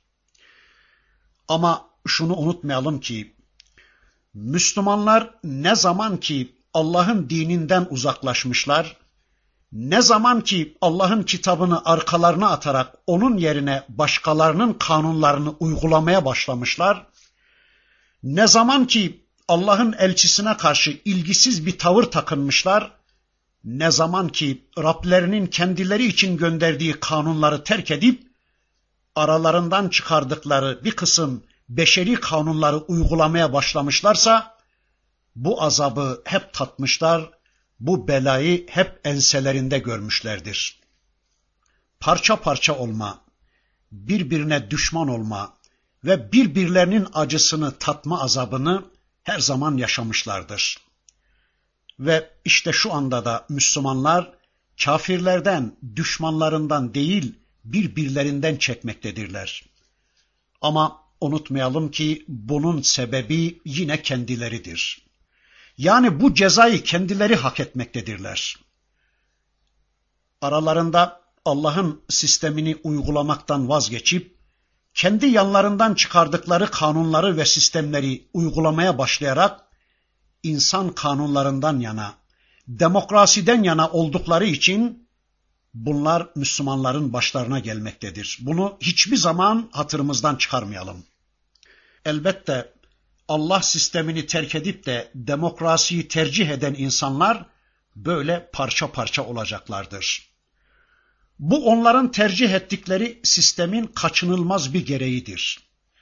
Ama şunu unutmayalım ki, Müslümanlar ne zaman ki Allah'ın dininden uzaklaşmışlar, ne zaman ki Allah'ın kitabını arkalarına atarak onun yerine başkalarının kanunlarını uygulamaya başlamışlar, ne zaman ki Allah'ın elçisine karşı ilgisiz bir tavır takınmışlar, ne zaman ki Rablerinin kendileri için gönderdiği kanunları terk edip, aralarından çıkardıkları bir kısım beşeri kanunları uygulamaya başlamışlarsa, bu azabı hep tatmışlar, bu belayı hep enselerinde görmüşlerdir. Parça parça olma, birbirine düşman olma ve birbirlerinin acısını tatma azabını her zaman yaşamışlardır. Ve işte şu anda da Müslümanlar kafirlerden, düşmanlarından değil, birbirlerinden çekmektedirler. Ama unutmayalım ki bunun sebebi yine kendileridir. Yani bu cezayı kendileri hak etmektedirler. Aralarında Allah'ın sistemini uygulamaktan vazgeçip, kendi yanlarından çıkardıkları kanunları ve sistemleri uygulamaya başlayarak, insan kanunlarından yana, demokrasiden yana oldukları için, bunlar Müslümanların başlarına gelmektedir. Bunu hiçbir zaman hatırımızdan çıkarmayalım. Elbette Allah sistemini terk edip de demokrasiyi tercih eden insanlar böyle parça parça olacaklardır. Bu onların tercih ettikleri sistemin kaçınılmaz bir gereğidir.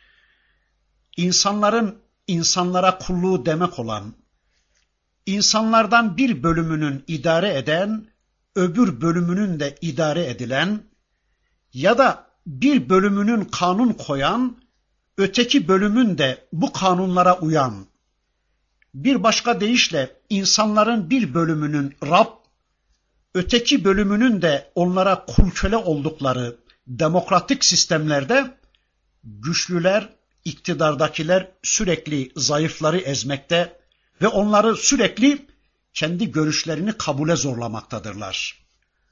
İnsanların insanlara kulluğu demek olan, insanlardan bir bölümünün idare eden, öbür bölümünün de idare edilen ya da bir bölümünün kanun koyan, öteki bölümün de bu kanunlara uyan, bir başka deyişle insanların bir bölümünün Rab, öteki bölümünün de onlara kul köle oldukları demokratik sistemlerde güçlüler, iktidardakiler sürekli zayıfları ezmekte ve onları sürekli kendi görüşlerini kabule zorlamaktadırlar.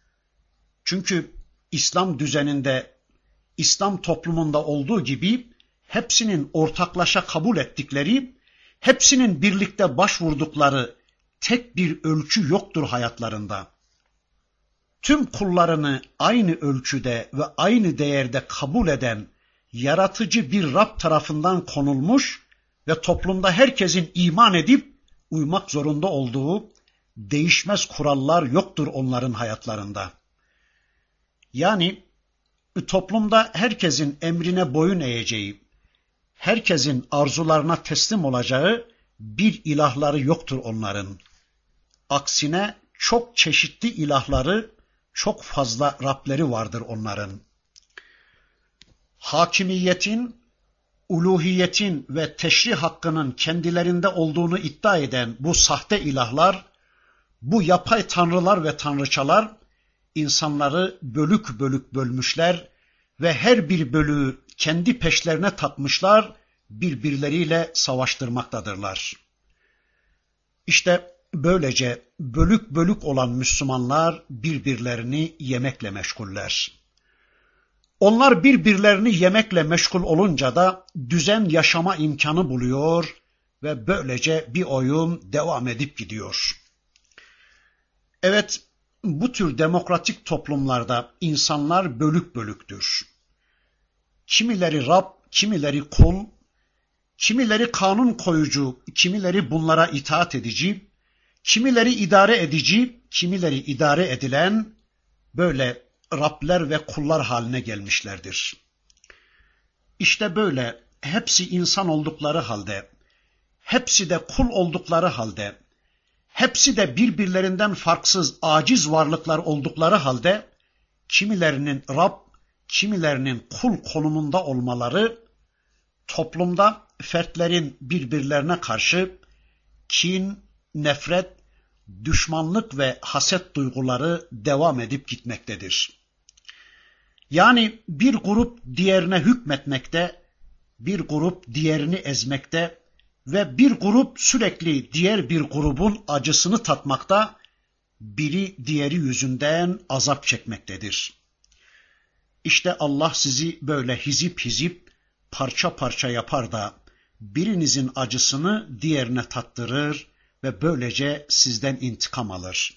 Çünkü İslam düzeninde, İslam toplumunda olduğu gibi hepsinin ortaklaşa kabul ettikleri, hepsinin birlikte başvurdukları tek bir ölçü yoktur hayatlarında. Tüm kullarını aynı ölçüde ve aynı değerde kabul eden yaratıcı bir Rab tarafından konulmuş ve toplumda herkesin iman edip uymak zorunda olduğu değişmez kurallar yoktur onların hayatlarında. Yani toplumda herkesin emrine boyun eğeceği, herkesin arzularına teslim olacağı bir ilahları yoktur onların. Aksine çok çeşitli ilahları, çok fazla Rableri vardır onların. Hakimiyetin, uluhiyetin ve teşrih hakkının kendilerinde olduğunu iddia eden bu sahte ilahlar, bu yapay tanrılar ve tanrıçalar insanları bölük bölük bölmüşler ve her bir bölüğü kendi peşlerine takmışlar, birbirleriyle savaştırmaktadırlar. İşte böylece bölük bölük olan Müslümanlar birbirlerini yemekle meşguller. Onlar birbirlerini yemekle meşgul olunca da düzen yaşama imkanı buluyor ve böylece bir oyun devam edip gidiyor. Evet, bu tür demokratik toplumlarda insanlar bölük bölüktür. Kimileri Rab, kimileri kul, kimileri kanun koyucu, kimileri bunlara itaat edici, kimileri idare edici, kimileri idare edilen böyle Rabler ve kullar haline gelmişlerdir. İşte böyle hepsi insan oldukları halde, hepsi de kul oldukları halde, hepsi de birbirlerinden farksız aciz varlıklar oldukları halde kimilerinin Rab, kimilerinin kul konumunda olmaları toplumda fertlerin birbirlerine karşı kin, nefret, düşmanlık ve haset duyguları devam edip gitmektedir. Yani bir grup diğerine hükmetmekte, bir grup diğerini ezmekte ve bir grup sürekli diğer bir grubun acısını tatmakta, biri diğeri yüzünden azap çekmektedir. İşte Allah sizi böyle hizip hizip, parça parça yapar da birinizin acısını diğerine tattırır ve böylece sizden intikam alır.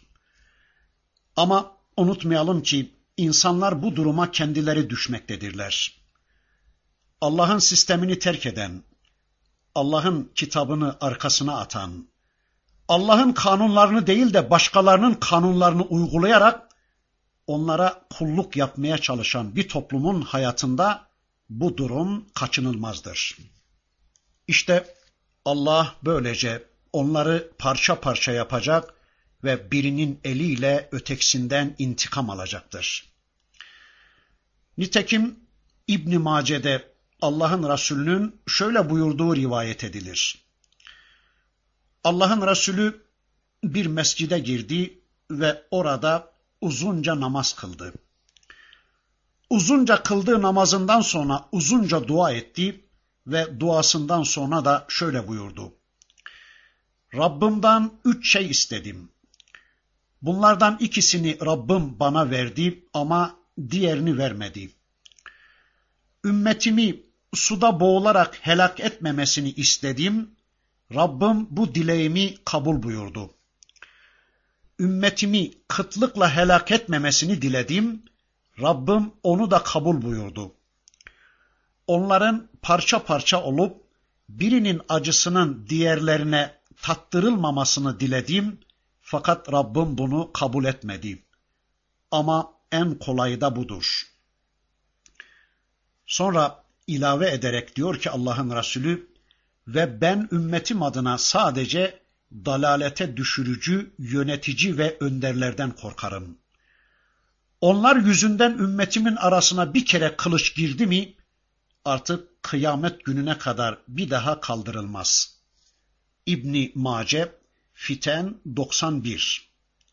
Ama unutmayalım ki insanlar bu duruma kendileri düşmektedirler. Allah'ın sistemini terk eden, Allah'ın kitabını arkasına atan, Allah'ın kanunlarını değil de başkalarının kanunlarını uygulayarak onlara kulluk yapmaya çalışan bir toplumun hayatında bu durum kaçınılmazdır. İşte Allah böylece onları parça parça yapacak ve birinin eliyle ötekisinden intikam alacaktır. Nitekim İbn Mace'de Allah'ın Resulü'nün şöyle buyurduğu rivayet edilir. Allah'ın Resulü bir mescide girdi ve orada uzunca namaz kıldı. Uzunca kıldığı namazından sonra uzunca dua etti ve duasından sonra da şöyle buyurdu. Rabbimden üç şey istedim. Bunlardan ikisini Rabbim bana verdi ama diğerini vermedi. Ümmetimi suda boğularak helak etmemesini istedim. Rabbim bu dileğimi kabul buyurdu. Ümmetimi kıtlıkla helak etmemesini diledim. Rabbim onu da kabul buyurdu. Onların parça parça olup birinin acısının diğerlerine tattırılmamasını diledim. Fakat Rabbim bunu kabul etmedi. Ama en kolayı da budur. Sonra ilave ederek diyor ki Allah'ın Resulü, ve ben ümmetim adına sadece dalalete düşürücü, yönetici ve önderlerden korkarım. Onlar yüzünden ümmetimin arasına bir kere kılıç girdi mi, artık kıyamet gününe kadar bir daha kaldırılmaz. İbn Mace, Fiten doksan bir.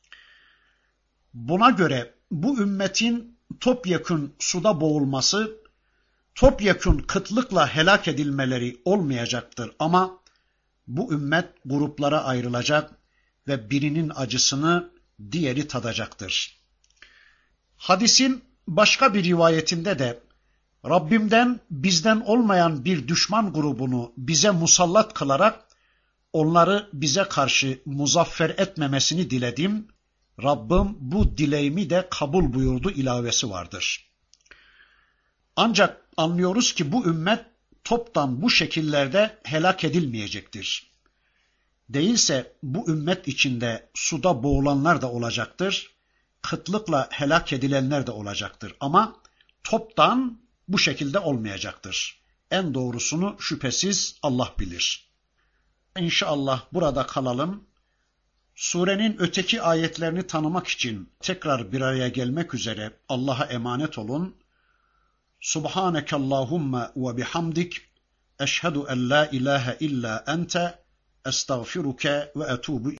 Buna göre bu ümmetin topyekün suda boğulması, topyekün kıtlıkla helak edilmeleri olmayacaktır ama bu ümmet gruplara ayrılacak ve birinin acısını diğeri tadacaktır. Hadisin başka bir rivayetinde de Rabbimden bizden olmayan bir düşman grubunu bize musallat kılarak onları bize karşı muzaffer etmemesini diledim. Rabbim bu dileğimi de kabul buyurdu ilavesi vardır. Ancak anlıyoruz ki bu ümmet toptan bu şekillerde helak edilmeyecektir. Değilse bu ümmet içinde suda boğulanlar da olacaktır, kıtlıkla helak edilenler de olacaktır. Ama toptan bu şekilde olmayacaktır. En doğrusunu şüphesiz Allah bilir. İnşallah burada kalalım. Surenin öteki ayetlerini tanımak için tekrar bir araya gelmek üzere Allah'a emanet olun. Subhanekallahumma ve bihamdik eşhedü en la ilahe illa ente estağfiruke ve etubu